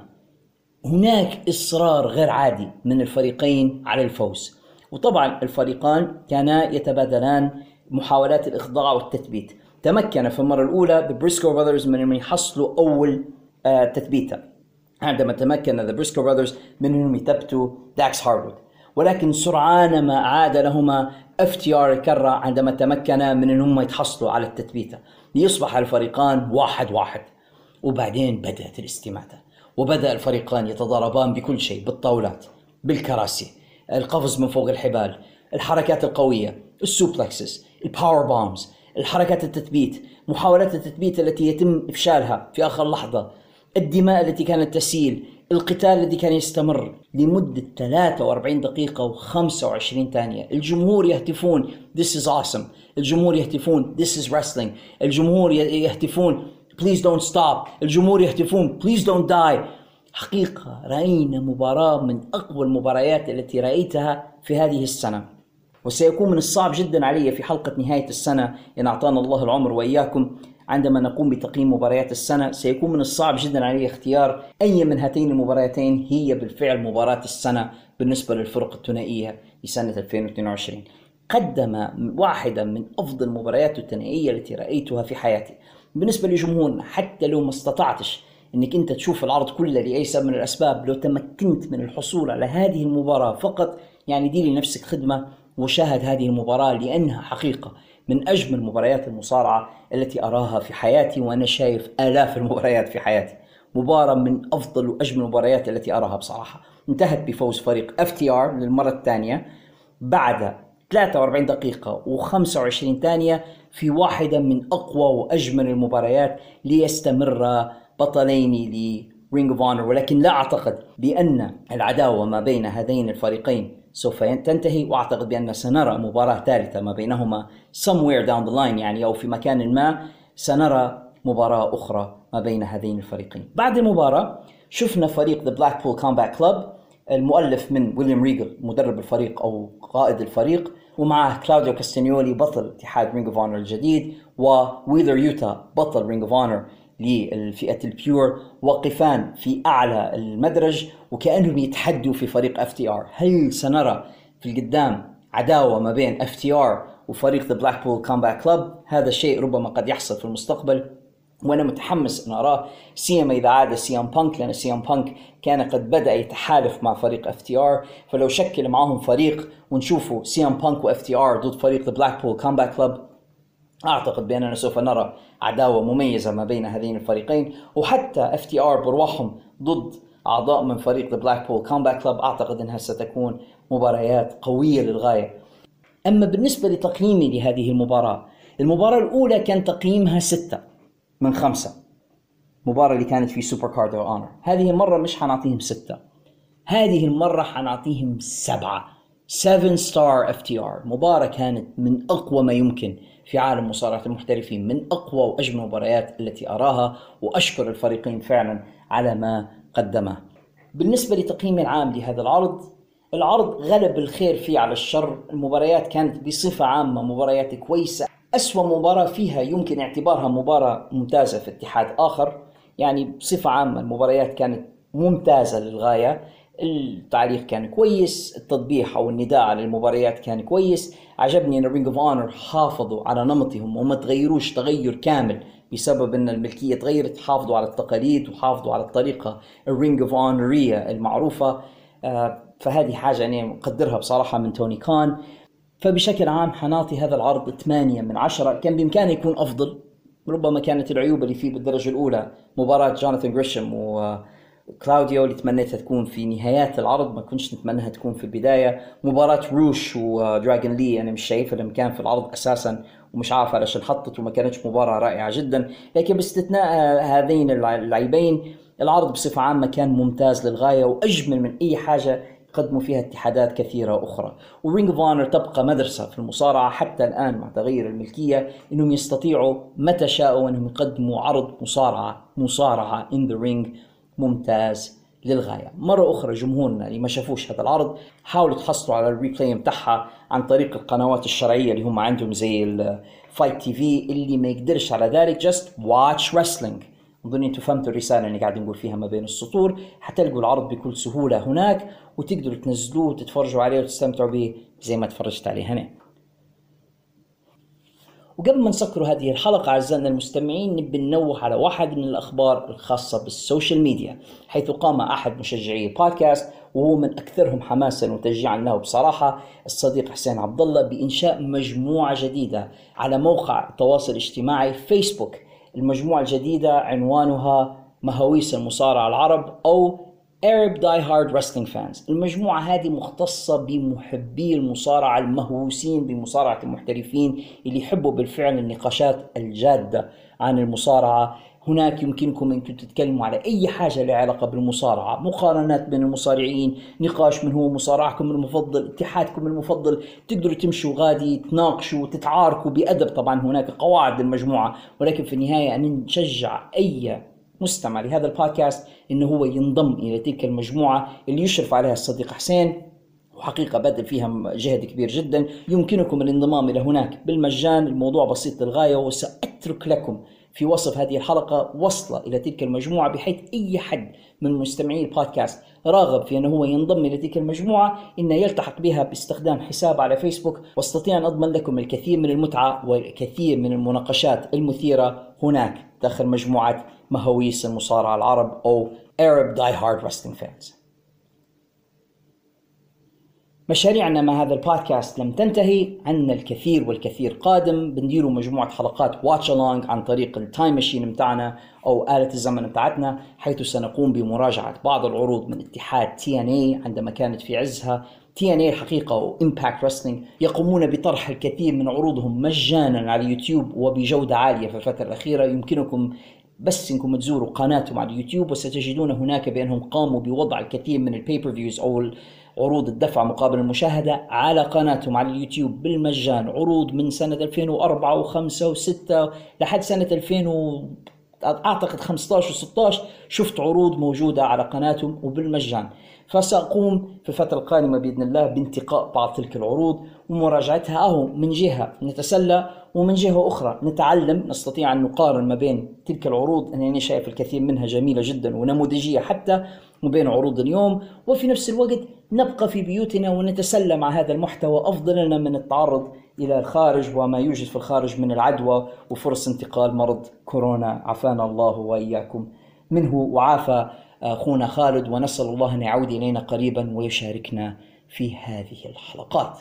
هناك إصرار غير عادي من الفريقين على الفوز، وطبعا الفريقان كانا يتبادلان محاولات الإخضاع والتثبيت. تمكن في المرة الأولى The Briscoe Brothers من أن يحصلوا أول آه تثبيته عندما تمكن The Briscoe Brothers من أنهم يثبتوا داكس هاروود، ولكن سرعان ما عاد لهما اف تي ار الكرة عندما تمكن من أنهم يتحصلوا على التثبيته، ليصبح الفريقان واحد واحد. وبعدين بدأت الاستماتة، وبدأ الفريقان يتضاربان بكل شيء، بالطاولات، بالكراسي، القفز من فوق الحبال، الحركات القوية، السوبلكسز، الباور بومز، الحركات التثبيت، محاولات التثبيت التي يتم إفشالها في آخر لحظة، الدماء التي كانت تسيل، القتال الذي كان يستمر لمدة ثلاثة وأربعين دقيقة وخمسة وعشرين ثانية. الجمهور يهتفون This is awesome، الجمهور يهتفون This is wrestling، الجمهور يهتفون Please don't stop، الجمهور يهتفون Please don't die. حقيقة رأينا مباراة من أقوى المباريات التي رأيتها في هذه السنة، وسيكون من الصعب جدا علي في حلقة نهاية السنة إن أعطانا الله العمر وإياكم عندما نقوم بتقييم مباريات السنة، سيكون من الصعب جدا علي اختيار أي من هاتين المباراتين هي بالفعل مباراة السنة بالنسبة للفرق الثنائية لسنة ألفين واثنين وعشرين. قدم واحدة من أفضل المباريات الثنائية التي رأيتها في حياتي. بالنسبة لجمهورنا، حتى لو ما استطعتش انك انت تشوف العرض كله لأي سبب من الأسباب، لو تمكنت من الحصول على هذه المباراة فقط، يعني دي لنفسك خدمة وشاهد هذه المباراة، لأنها حقيقة من أجمل مباريات المصارعة التي أراها في حياتي، وأنا شايف آلاف المباريات في حياتي. مباراة من أفضل وأجمل المباريات التي أراها بصراحة. انتهت بفوز فريق اف تي ار للمرة الثانية بعد ثلاثة وأربعين دقيقة وخمسة وعشرين ثانية في واحدة من أقوى وأجمل المباريات ليستمر بطلين لرينج اوف اونر. ولكن لا أعتقد بأن العداوة ما بين هذين الفريقين سوف تنتهي، وأعتقد بأن سنرى مباراة ثالثة ما بينهما somewhere down the line، يعني أو في مكان ما سنرى مباراة أخرى ما بين هذين الفريقين. بعد المباراة شفنا فريق The Blackpool Combat Club المؤلف من ويليام ريغل مدرب الفريق أو قائد الفريق، ومعه كلاوديو كاستانيولي بطل اتحاد رينج اوف اونر الجديد، وويلر يوتا بطل رينج اوف اونر للفئة البيور، وقفان في أعلى المدرج وكأنهم يتحدوا في فريق اف تي ار. هل سنرى في القدام عداوة ما بين اف تي ار وفريق The Blackpool Combat Club؟ هذا الشيء ربما قد يحصل في المستقبل، وأنا متحمس أن أراه، سيما إذا عاد سيام بانك، لأن سيام بانك كان قد بدأ يتحالف مع فريق اف تي ار، فلو شكل معهم فريق ونشوفوا سيام بانك و اف تي ار ضد فريق The Blackpool Combat Club، أعتقد بأننا سوف نرى عداوة مميزة ما بين هذين الفريقين. وحتى اف تي ار برواحهم ضد أعضاء من فريق The Blackpool Combat Club، أعتقد أنها ستكون مباريات قوية للغاية. أما بالنسبة لتقييمي لهذه المباراة، المباراة الأولى كان تقييمها ستة من خمسة، مباراة اللي كانت في سوبر كارد أو أونر. هذه المرة مش حنعطيهم ستة، هذه المرة حنعطيهم سبعة، سبعة ستار اف تي ار. مباراة كانت من أقوى ما يمكن في عالم مصارعة المحترفين، من أقوى وأجمل المباريات التي أراها، وأشكر الفريقين فعلا على ما قدمه. بالنسبة لتقييم العام لهذا العرض، العرض غلب الخير فيه على الشر. المباريات كانت بصفة عامة مباريات كويسة. أسوأ مباراة فيها يمكن اعتبارها مباراة ممتازة في اتحاد آخر، يعني بصفة عامة المباريات كانت ممتازة للغاية. التعليق كان كويس، التطبيح أو النداء على المباريات كان كويس. عجبني أن رينج اوف اونر حافظوا على نمطهم وما تغيروش تغير كامل بسبب أن الملكية تغيرت، حافظوا على التقاليد وحافظوا على الطريقة الرينج اوف اونرية المعروفة. فهذه حاجة يعني مقدرها بصراحة من توني كان. فبشكل عام حنعطي هذا العرض ثمانية من عشرة. كان بإمكانه يكون أفضل، ربما كانت العيوب اللي فيه بالدرجة الأولى مباراة جوناثان غريشم وكلاوديو اللي تمنيتها تكون في نهايات العرض، ما كنتش نتمنىها تكون في البداية. مباراة روش ودراغون لي أنا مش شايف لما كان في العرض أساسا، ومش عارف علشان حطت، وما كانتش مباراة رائعة جدا. لكن باستثناء هذين اللاعبين العرض بصفة عامة كان ممتاز للغاية، وأجمل من أي حاجة قدموا فيها اتحادات كثيرة أخرى. ورينج اوف اونر تبقى مدرسة في المصارعة حتى الآن مع تغيير الملكية، إنهم يستطيعوا متى شاءوا أنهم يقدموا عرض مصارعة مصارعة in the ring ممتاز للغاية. مرة أخرى جمهورنا اللي ما شافوش هذا العرض، حاولوا تحصلوا على الريبلاي متاعها عن طريق القنوات الشرعية اللي هم عندهم زي الفايت تي في. اللي ما يقدرش على ذلك just watch wrestling. أظن أنتم فهمتوا الرسالة اللي قاعد نقول فيها ما بين السطور. حتلقوا العرض بكل سهولة هناك، وتقدروا تنزلوه وتتفرجوا عليه وتستمتعوا به زي ما تفرجت عليه هنا. وقبل ما نسكروا هذه الحلقة أعزائنا المستمعين، نبي ننوه على واحد من الأخبار الخاصة بالسوشيال ميديا، حيث قام أحد مشجعي البودكاست وهو من أكثرهم حماسا وتشجيعا له بصراحة، الصديق حسين عبد الله، بإنشاء مجموعة جديدة على موقع التواصل الاجتماعي فيسبوك. المجموعة الجديدة عنوانها مهاويس المصارعة العرب أو Arab Die Hard Wrestling Fans. المجموعة هذه مختصة بمحبي المصارعة المهووسين بمصارعة المحترفين اللي يحبوا بالفعل النقاشات الجادة عن المصارعة. هناك يمكنكم أنكم تتكلموا على أي حاجة لها علاقة بالمصارعة، مقارنات بين المصارعين، نقاش من هو مصارعكم المفضل، اتحادكم المفضل، تقدروا تمشوا غادي تناقشوا وتتعاركوا بأدب. طبعا هناك قواعد للمجموعة، ولكن في النهاية أن نشجع أي مستمع لهذا البودكاست إنه هو ينضم إلى تلك المجموعة اللي يشرف عليها الصديق حسين، وحقيقة بدل فيها جهد كبير جدا. يمكنكم الانضمام إلى هناك بالمجان. الموضوع بسيط للغاية، وسأترك لكم في وصف هذه الحلقة وصلة إلى تلك المجموعة، بحيث أي حد من مستمعي البودكاست راغب في أنه هو ينضم إلى تلك المجموعة إنه يلتحق بها باستخدام حساب على فيسبوك. واستطيع أن أضمن لكم الكثير من المتعة والكثير من المناقشات المثيرة هناك داخل مجموعة مهاويس المصارعة العرب أو Arab Die Hard Wrestling Fans. مشاريعنا مع هذا البودكاست لم تنتهي، عنا الكثير والكثير قادم. بنديروا مجموعة حلقات واتش along عن طريق التايم ماشين متاعنا أو آلة الزمن متاعتنا، حيث سنقوم بمراجعة بعض العروض من اتحاد تي إن إيه عندما كانت في عزها. تي إن إيه الحقيقة وإمباكت رسلينج يقومون بطرح الكثير من عروضهم مجانا على اليوتيوب وبجودة عالية في الفترة الأخيرة. يمكنكم بس انكم تزوروا قناتهم على اليوتيوب وستجدون هناك بأنهم قاموا بوضع الكثير من البيبر فيوز أو عروض الدفع مقابل المشاهدة على قناتهم على اليوتيوب بالمجان، عروض من سنة ألفين وأربعة وخمسة وستة لحد سنة ألفين و أعتقد خمسة عشر وستة عشر شفت عروض موجودة على قناتهم وبالمجان. فسأقوم في الفترة القادمة بإذن الله بانتقاء بعض تلك العروض ومراجعتها، أهو من جهة نتسلى ومن جهة أخرى نتعلم، نستطيع أن نقارن ما بين تلك العروض. أنا شايف الكثير منها جميلة جدا ونموذجية حتى وبين عروض اليوم، وفي نفس الوقت نبقى في بيوتنا ونتسلى مع هذا المحتوى، أفضل لنا من التعرض إلى الخارج وما يوجد في الخارج من العدوى وفرص انتقال مرض كورونا، عافانا الله وإياكم منه وعافى أخونا خالد، ونسأل الله أن يعود إلينا قريبا ويشاركنا في هذه الحلقات.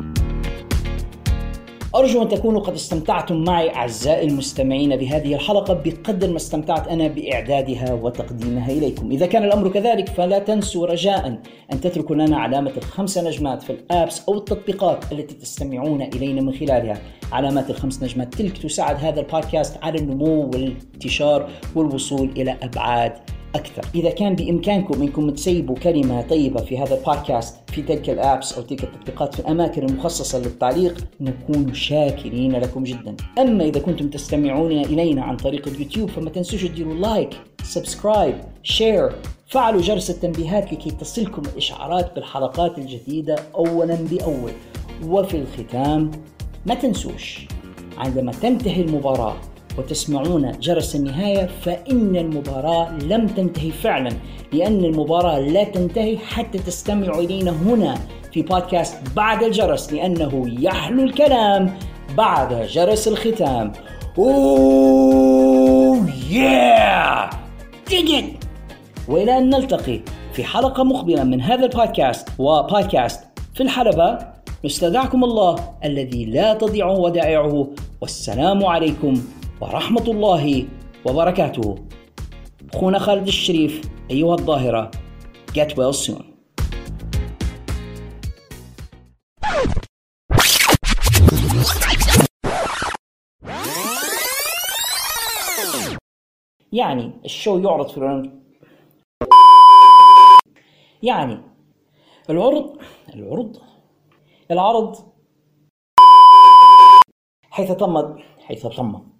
أرجو أن تكونوا قد استمتعتم معي أعزائي المستمعين بهذه الحلقة بقدر ما استمتعت أنا بإعدادها وتقديمها إليكم. إذا كان الأمر كذلك فلا تنسوا رجاء أن تتركوا لنا علامة الخمس نجمات في الآبس أو التطبيقات التي تستمعون إلينا من خلالها. علامات الخمس نجمات تلك تساعد هذا البودكاست على النمو والانتشار والوصول إلى أبعاد أكثر. إذا كان بإمكانكم أنكم تسيبوا كلمة طيبة في هذا البودكاست في تلك الأبس أو تلك التطبيقات في الأماكن المخصصة للتعليق نكون شاكرين لكم جدا. أما إذا كنتم تستمعون إلينا عن طريق اليوتيوب فما تنسوش تديروا لايك، سبسكرايب، شير، فعلوا جرس التنبيهات لكي تصلكم الإشعارات بالحلقات الجديدة أولا بأول. وفي الختام ما تنسوش عندما تنتهي المباراة وتسمعون جرس النهاية فإن المباراة لم تنتهي فعلا، لأن المباراة لا تنتهي حتى تستمعوا إلينا هنا في بودكاست بعد الجرس، لأنه يحلو الكلام بعد جرس الختام. أوه ياه تيجي. وإلى أن نلتقي في حلقة مقبلة من هذا البودكاست وبودكاست في الحلبة، نستودعكم الله الذي لا تضيع ودائعه، والسلام عليكم ورحمة الله وبركاته. أخونا خالد الشريف، أيها الظاهرة. Get well soon. يعني الشو يعرض في العرض يعني العرض العرض العرض حيث تم حيث تم